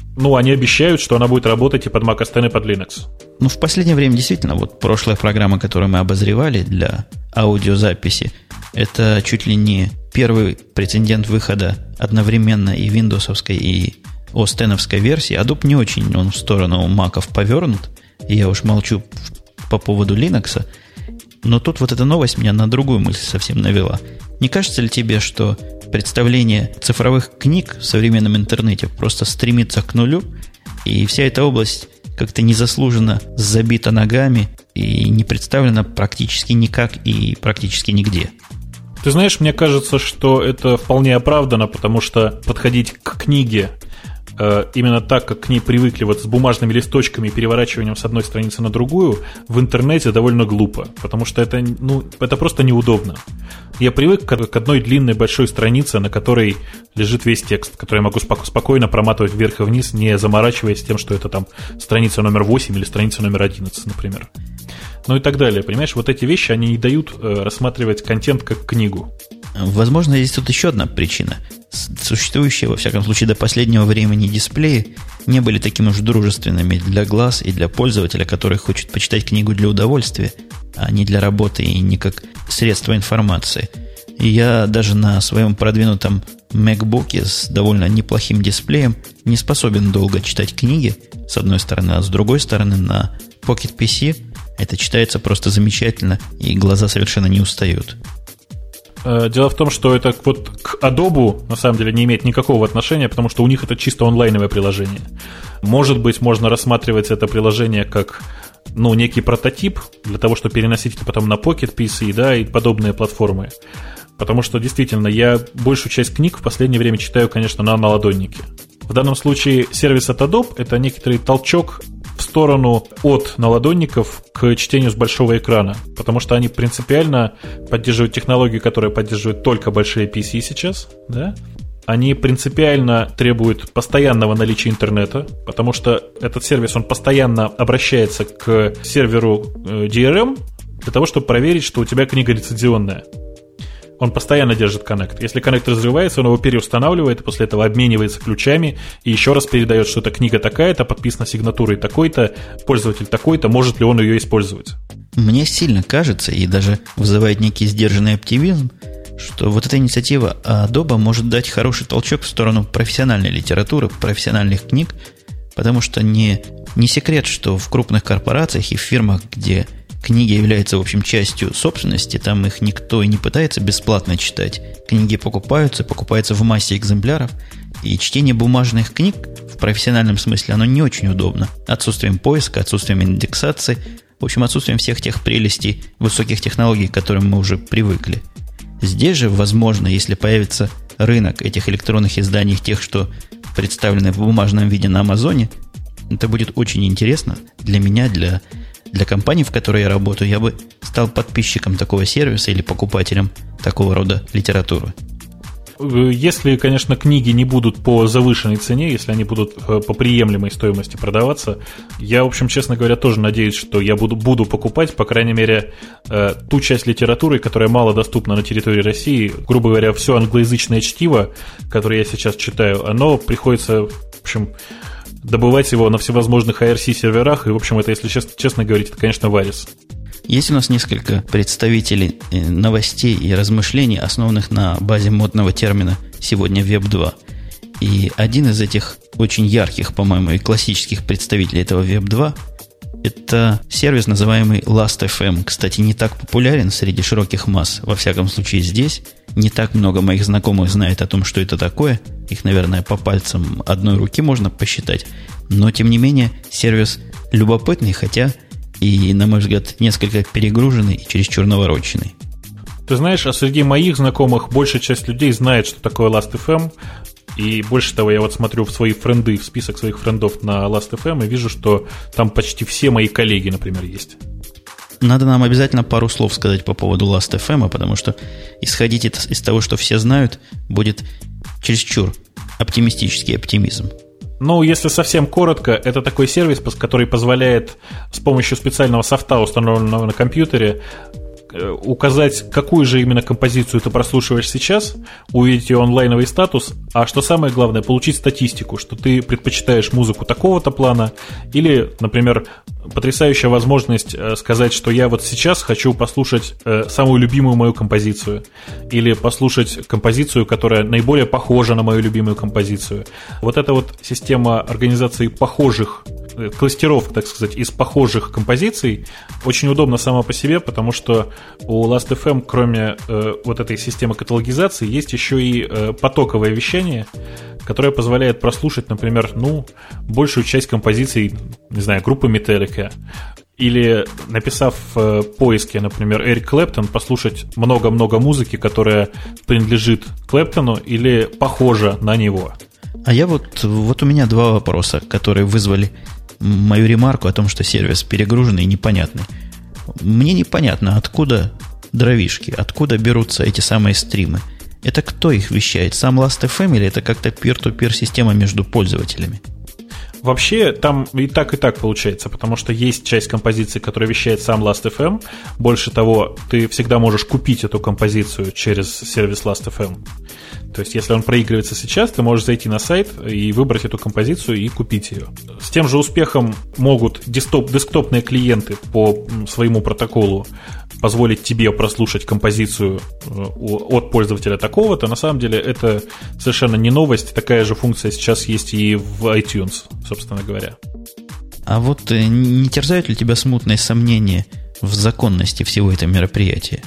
[SPEAKER 2] ну, они обещают, что она будет работать и под Mac о эс X, и под Linux.
[SPEAKER 1] Ну, в последнее время действительно, вот прошлая программа, которую мы обозревали для аудиозаписи, это чуть ли не первый прецедент выхода одновременно и виндовсовской, и о эс X версии. Adobe не очень, он в сторону маков повернут. И я уж молчу по поводу Linux. Но тут вот эта новость меня на другую мысль совсем навела. Не кажется ли тебе, что представление цифровых книг в современном интернете просто стремится к нулю, и вся эта область как-то незаслуженно забита ногами и не представлена практически никак и практически нигде?
[SPEAKER 2] Ты знаешь, мне кажется, что это вполне оправдано, потому что подходить к книге э, именно так, как к ней привыкли, вот с бумажными листочками и переворачиванием с одной страницы на другую, в интернете довольно глупо, потому что это, ну, это просто неудобно. Я привык к, к одной длинной большой странице, на которой лежит весь текст, который я могу споко- спокойно проматывать вверх и вниз, не заморачиваясь тем, что это там страница номер восемь или страница номер одиннадцать, например. Ну и так далее. Понимаешь, вот эти вещи, они не дают э, рассматривать контент как книгу.
[SPEAKER 1] Возможно, есть тут еще одна причина. Существующие, во всяком случае, до последнего времени дисплеи не были такими уж дружественными для глаз и для пользователя, который хочет почитать книгу для удовольствия, а не для работы и не как средство информации. И я даже на своем продвинутом MacBook с довольно неплохим дисплеем не способен долго читать книги, с одной стороны, а с другой стороны, на Pocket пи си это читается просто замечательно, и глаза совершенно не устают.
[SPEAKER 2] Дело в том, что это вот к Adobe на самом деле не имеет никакого отношения, потому что у них это чисто онлайновое приложение. Может быть, можно рассматривать это приложение как, ну, некий прототип для того, чтобы переносить это потом на Pocket пи си, да, и подобные платформы. Потому что, действительно, я большую часть книг в последнее время читаю, конечно, на наладоннике. В данном случае сервис от Adobe – это некоторый толчок в сторону от наладонников к чтению с большого экрана, потому что они принципиально поддерживают технологию, которая поддерживает только большие пи си сейчас, да? Они принципиально требуют постоянного наличия интернета, потому что этот сервис, он постоянно обращается к серверу ди ар эм для того, чтобы проверить, что у тебя книга лицензионная. Он постоянно держит коннект. Если коннект разрывается, он его переустанавливает, и после этого обменивается ключами и еще раз передает, что эта книга такая-то, подписана сигнатурой такой-то, пользователь такой-то, может ли он ее использовать.
[SPEAKER 1] Мне сильно кажется, и даже вызывает некий сдержанный оптимизм, что вот эта инициатива Adobe может дать хороший толчок в сторону профессиональной литературы, профессиональных книг, потому что не, не секрет, что в крупных корпорациях и в фирмах, где книги являются, в общем, частью собственности, там их никто и не пытается бесплатно читать. Книги покупаются, покупаются в массе экземпляров, и чтение бумажных книг в профессиональном смысле, оно не очень удобно. Отсутствием поиска, отсутствием индексации, в общем, отсутствием всех тех прелестей высоких технологий, к которым мы уже привыкли. Здесь же, возможно, если появится рынок этих электронных изданий, тех, что представлены в бумажном виде на Амазоне, это будет очень интересно для меня, для Для компании, в которой я работаю, я бы стал подписчиком такого сервиса или покупателем такого рода литературы.
[SPEAKER 2] Если, конечно, книги не будут по завышенной цене, если они будут по приемлемой стоимости продаваться, я, в общем, честно говоря, тоже надеюсь, что я буду, буду покупать, по крайней мере, ту часть литературы, которая мало доступна на территории России. Грубо говоря, все англоязычное чтиво, которое я сейчас читаю, оно приходится, в общем, добывать его на всевозможных ай ар си-серверах, и, в общем, это, если честно, честно говорить, это, конечно, варис.
[SPEAKER 1] Есть у нас несколько представителей новостей и размышлений, основанных на базе модного термина «Сегодня веб два». И один из этих очень ярких, по-моему, и классических представителей этого веб два – это сервис, называемый ласт эф эм. Кстати, не так популярен среди широких масс, во всяком случае здесь. Не так много моих знакомых знает о том, что это такое. Их, наверное, по пальцам одной руки можно посчитать. Но, тем не менее, сервис любопытный, хотя и, на мой взгляд, несколько перегруженный и чересчур навороченный.
[SPEAKER 2] Ты знаешь, а среди моих знакомых большая часть людей знает, что такое ласт эф эм. И больше того, я вот смотрю в свои френды, в список своих френдов на ласт эф эм и вижу, что там почти все мои коллеги, например, есть.
[SPEAKER 1] Надо нам обязательно пару слов сказать по поводу ласт эф эм, потому что исходить из того, что все знают, будет чересчур оптимистический оптимизм.
[SPEAKER 2] Ну, если совсем коротко, это такой сервис, который позволяет с помощью специального софта, установленного на компьютере, указать, какую же именно композицию ты прослушиваешь сейчас, увидеть ее онлайновый статус, а что самое главное, получить статистику, что ты предпочитаешь музыку такого-то плана, или, например, потрясающая возможность сказать, что я вот сейчас хочу послушать самую любимую мою композицию, или послушать композицию, которая наиболее похожа на мою любимую композицию. Вот эта вот система организации похожих кластеров, так сказать, из похожих композиций очень удобно сама по себе, потому что у Last эф эм, кроме э, вот этой системы каталогизации, есть еще и э, потоковое вещание, которое позволяет прослушать, например, ну, большую часть композиций, не знаю, группы Metallica, или, написав в поиске, например, Эрик Клэптон, послушать много-много музыки, которая принадлежит Клэптону или похожа на него.
[SPEAKER 1] А я вот, вот у меня два вопроса, которые вызвали мою ремарку о том, что сервис перегруженный и непонятный. Мне непонятно, откуда дровишки, откуда берутся эти самые стримы. Это кто их вещает? Сам Last эф эм или это как-то peer-to-peer система между пользователями?
[SPEAKER 2] Вообще, там и так, и так получается, потому что есть часть композиции, которая вещает сам Last эф эм. Больше того, ты всегда можешь купить эту композицию через сервис Last эф эм. То есть, если он проигрывается сейчас, ты можешь зайти на сайт и выбрать эту композицию и купить ее. С тем же успехом могут десктоп, десктопные клиенты по своему протоколу позволить тебе прослушать композицию от пользователя такого-то. На самом деле, это совершенно не новость. Такая же функция сейчас есть и в iTunes, собственно говоря.
[SPEAKER 1] А вот не терзают ли тебя смутные сомнения в законности всего этого мероприятия?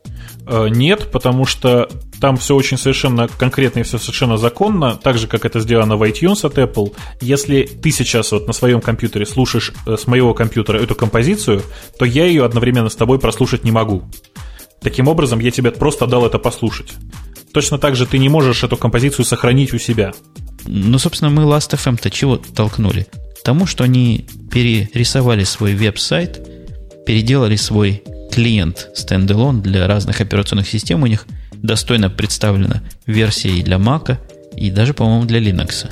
[SPEAKER 2] Нет, потому что там все очень совершенно конкретно и все совершенно законно, так же, как это сделано в iTunes от Apple. Если ты сейчас вот на своем компьютере слушаешь с моего компьютера эту композицию, то я ее одновременно с тобой прослушать не могу. Таким образом, я тебе просто дал это послушать. Точно так же ты не можешь эту композицию сохранить у себя.
[SPEAKER 1] Ну, собственно, мы Last эф эм-то чего толкнули? Тому, что они перерисовали свой веб-сайт, переделали свой клиент стендалон для разных операционных систем. У них достойно представлена версия и для Mac, и даже, по-моему, для Linux.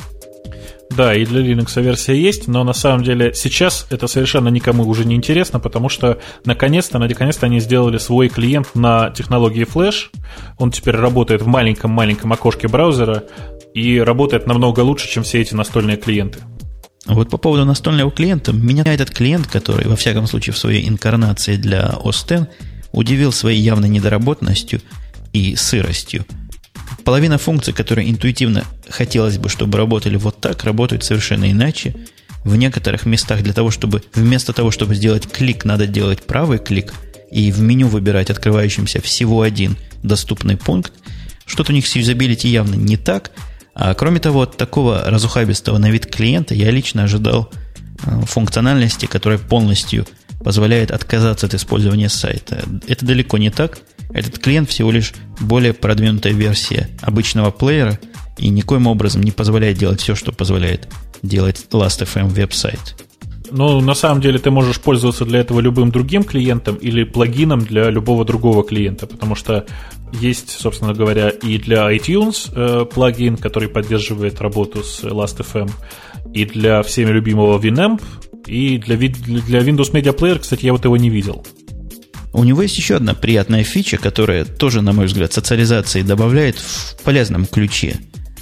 [SPEAKER 2] Да, и для Linux версия есть, но на самом деле сейчас это совершенно никому уже не интересно, потому что наконец-то, наконец-то они сделали свой клиент на технологии Flash. Он теперь работает в маленьком-маленьком окошке браузера и работает намного лучше, чем все эти настольные клиенты.
[SPEAKER 1] Вот по поводу настольного клиента, меня этот клиент, который, во всяком случае, в своей инкарнации для о эс икс, удивил своей явной недоработанностью и сыростью. Половина функций, которые интуитивно хотелось бы, чтобы работали вот так, работают совершенно иначе. В некоторых местах для того, чтобы вместо того, чтобы сделать клик, надо делать правый клик и в меню выбирать открывающимся всего один доступный пункт. Что-то у них с юзабилити явно не так. А кроме того, от такого разухабистого на вид клиента я лично ожидал функциональности, которая полностью позволяет отказаться от использования сайта. Это далеко не так. Этот клиент всего лишь более продвинутая версия обычного плеера и никоим образом не позволяет делать все, что позволяет делать Last эф эм веб-сайт.
[SPEAKER 2] Ну, на самом деле ты можешь пользоваться для этого любым другим клиентом или плагином для любого другого клиента, потому что есть, собственно говоря, и для iTunes э, плагин, который поддерживает работу с Last эф эм, и для всеми любимого Winamp, и для, для Windows Media Player, кстати, я вот его не видел.
[SPEAKER 1] У него есть еще одна приятная фича, которая тоже, на мой взгляд, социализации добавляет в полезном ключе.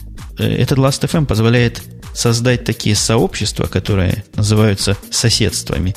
[SPEAKER 1] Этот Last эф эм позволяет создать такие сообщества, которые называются соседствами.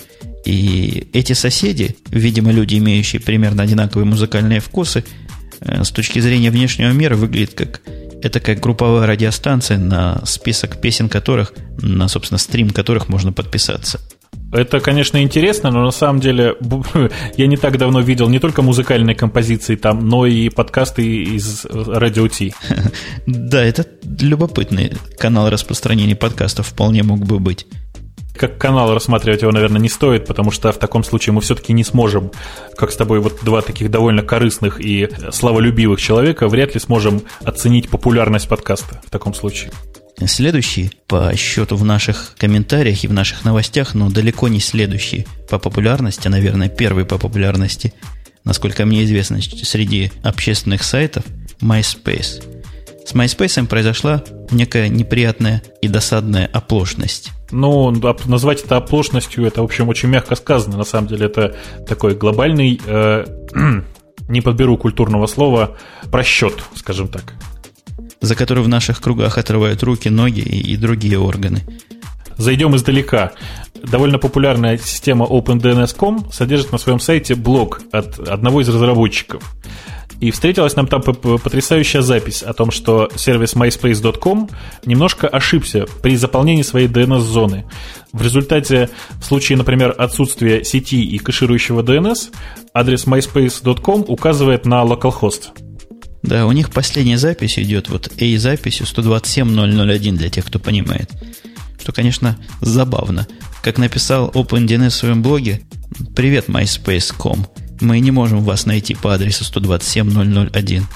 [SPEAKER 1] И эти соседи, видимо, люди, имеющие примерно одинаковые музыкальные вкусы, с точки зрения внешнего мира выглядит как этакая групповая радиостанция, на список песен которых, на, собственно, стрим которых можно подписаться.
[SPEAKER 2] Это, конечно, интересно, но на самом деле я не так давно видел не только музыкальные композиции там, но и подкасты из Радио Ти.
[SPEAKER 1] Да, это любопытный канал распространения подкастов вполне мог бы быть.
[SPEAKER 2] Как канал рассматривать его, наверное, не стоит, потому что в таком случае мы все-таки не сможем, как с тобой вот два таких довольно корыстных и славолюбивых человека, вряд ли сможем оценить популярность подкаста в таком случае.
[SPEAKER 1] Следующий по счету в наших комментариях и в наших новостях, но далеко не следующий по популярности, а, наверное, первый по популярности, насколько мне известно, среди общественных сайтов, MySpace. С MySpace произошла некая неприятная и досадная оплошность.
[SPEAKER 2] Ну, назвать это оплошностью, это, в общем, очень мягко сказано. На самом деле, это такой глобальный, э, не подберу культурного слова, просчет, скажем так.
[SPEAKER 1] За который в наших кругах отрывают руки, ноги и, и другие органы.
[SPEAKER 2] Зайдем издалека. Довольно популярная система OpenDNS точка ком содержит на своем сайте блог от одного из разработчиков. И встретилась нам там потрясающая запись о том, что сервис MySpace точка ком немножко ошибся при заполнении своей ди эн эс-зоны. В результате, в случае, например, отсутствия сети и кэширующего ди эн эс, адрес MySpace точка ком указывает на localhost.
[SPEAKER 1] Да, у них последняя запись идет вот A записью сто двадцать семь ноль ноль один для тех, кто понимает. Что, конечно, забавно. Как написал OpenDNS в своем блоге: «Привет, MySpace точка ком. Мы не можем вас найти по адресу сто двадцать семь ноль ноль один».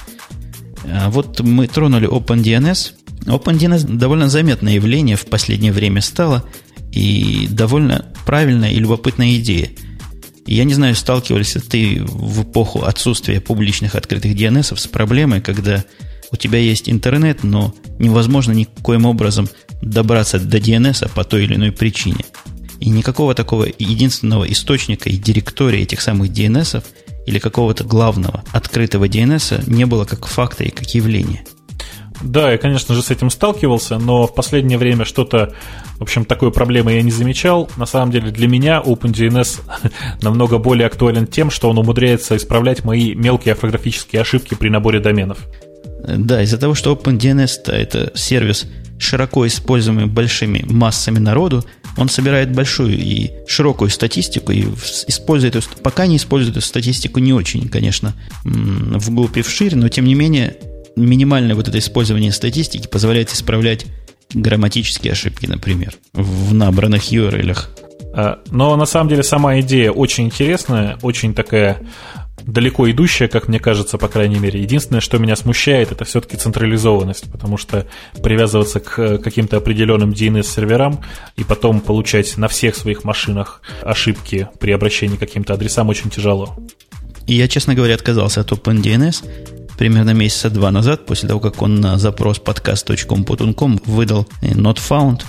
[SPEAKER 1] А вот мы тронули OpenDNS. OpenDNS довольно заметное явление в последнее время стало, и довольно правильная и любопытная идея. Я не знаю, сталкивались ли ты в эпоху отсутствия публичных открытых ди эн эс с проблемой, когда у тебя есть интернет, но невозможно никоим образом добраться до ди эн эс по той или иной причине. И никакого такого единственного источника и директории этих самых ди эн эс или какого-то главного открытого ди эн эс не было как факта и как явления.
[SPEAKER 2] Да, я, конечно же, с этим сталкивался, но в последнее время что-то, в общем, такой проблемы я не замечал. На самом деле для меня OpenDNS намного более актуален тем, что он умудряется исправлять мои мелкие орфографические ошибки при наборе доменов.
[SPEAKER 1] Да, из-за того, что OpenDNS – это сервис, широко используемый большими массами народу, он собирает большую и широкую статистику и использует, пока не использует эту статистику не очень, конечно, вглубь и вширь, но тем не менее минимальное вот это использование статистики позволяет исправлять грамматические ошибки, например, в набранных ю ар эль-ах.
[SPEAKER 2] Но на самом деле сама идея очень интересная, очень такая далеко идущая, как мне кажется, по крайней мере. Единственное, что меня смущает, это все-таки централизованность, потому что привязываться к каким-то определенным ди эн эс-серверам и потом получать на всех своих машинах ошибки при обращении к каким-то адресам очень тяжело.
[SPEAKER 1] И я, честно говоря, отказался от OpenDNS примерно месяца два назад, после того, как он на запрос подкаст точка ком точка ком выдал not found,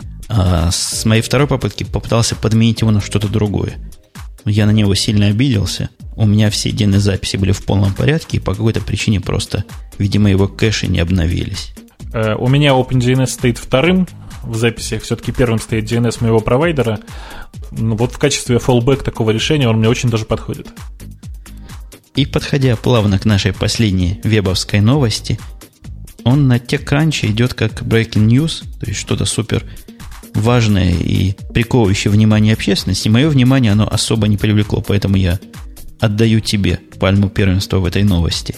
[SPEAKER 1] а с моей второй попытки попытался подменить его на что-то другое. Я на него сильно обиделся. У меня все ди эн эс-записи были в полном порядке, и по какой-то причине просто, видимо, его кэши не обновились.
[SPEAKER 2] У меня OpenDNS стоит вторым в записях, все-таки первым стоит ди эн эс моего провайдера. Вот в качестве fallback такого решения он мне очень даже подходит.
[SPEAKER 1] И подходя плавно к нашей последней вебовской новости, он на TechCrunch идет как breaking news, то есть что-то супер важное и приковывающее внимание общественности. Мое внимание оно особо не привлекло, поэтому я отдаю тебе пальму первенства в этой новости.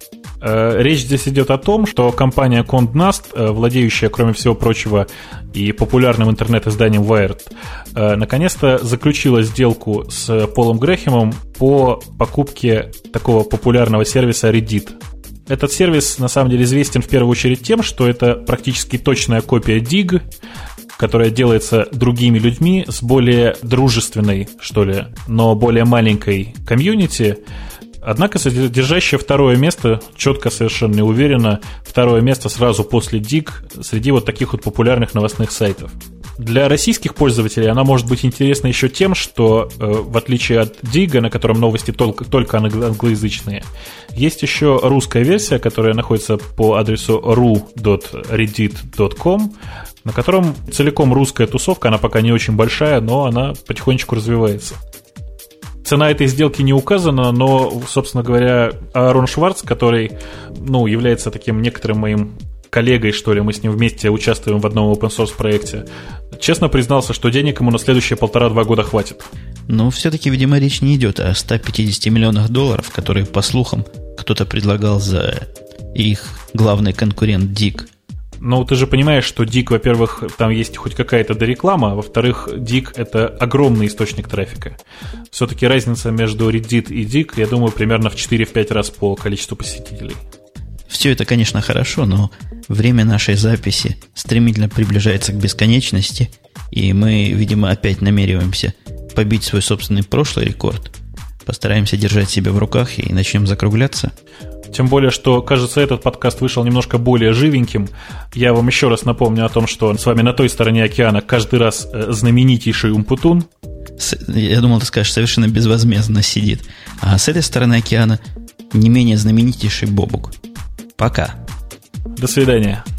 [SPEAKER 2] Речь здесь идет о том, что компания Condé Nast, владеющая, кроме всего прочего, и популярным интернет-изданием Wired, наконец-то заключила сделку с Полом Грэхэмом по покупке такого популярного сервиса Reddit. Этот сервис, на самом деле, известен в первую очередь тем, что это практически точная копия Dig, которая делается другими людьми с более дружественной, что ли, но более маленькой комьюнити, однако содержащая второе место, четко, совершенно и уверенно, второе место сразу после Dig среди вот таких вот популярных новостных сайтов. Для российских пользователей она может быть интересна еще тем, что э, в отличие от Dig, на котором новости только, только англоязычные, есть еще русская версия, которая находится по адресу ru точка reddit точка com, на котором целиком русская тусовка, она пока не очень большая, но она потихонечку развивается. Цена этой сделки не указана, но, собственно говоря, Аарон Шварц, который, ну, является таким некоторым моим коллегой, что ли, мы с ним вместе участвуем в одном open-source проекте, честно признался, что денег ему на следующие полтора-два года хватит.
[SPEAKER 1] Но все-таки, видимо, речь не идет о ста пятидесяти миллионах долларов, которые, по слухам, кто-то предлагал за их главный конкурент Dig.
[SPEAKER 2] Ну, ты же понимаешь, что Dig, во-первых, там есть хоть какая-то дореклама, а во-вторых, Dig — это огромный источник трафика. Все-таки разница между Reddit и Dig, я думаю, примерно в четыре-пять раз по количеству посетителей.
[SPEAKER 1] Все это, конечно, хорошо, но время нашей записи стремительно приближается к бесконечности, и мы, видимо, опять намереваемся побить свой собственный прошлый рекорд. Постараемся держать себя в руках и начнем закругляться.
[SPEAKER 2] Тем более, что, кажется, этот подкаст вышел немножко более живеньким. Я вам еще раз напомню о том, что с вами на той стороне океана каждый раз знаменитейший Умпутун.
[SPEAKER 1] Я думал, ты скажешь, совершенно безвозмездно сидит. А с этой стороны океана не менее знаменитейший Бобук. Пока.
[SPEAKER 2] До свидания.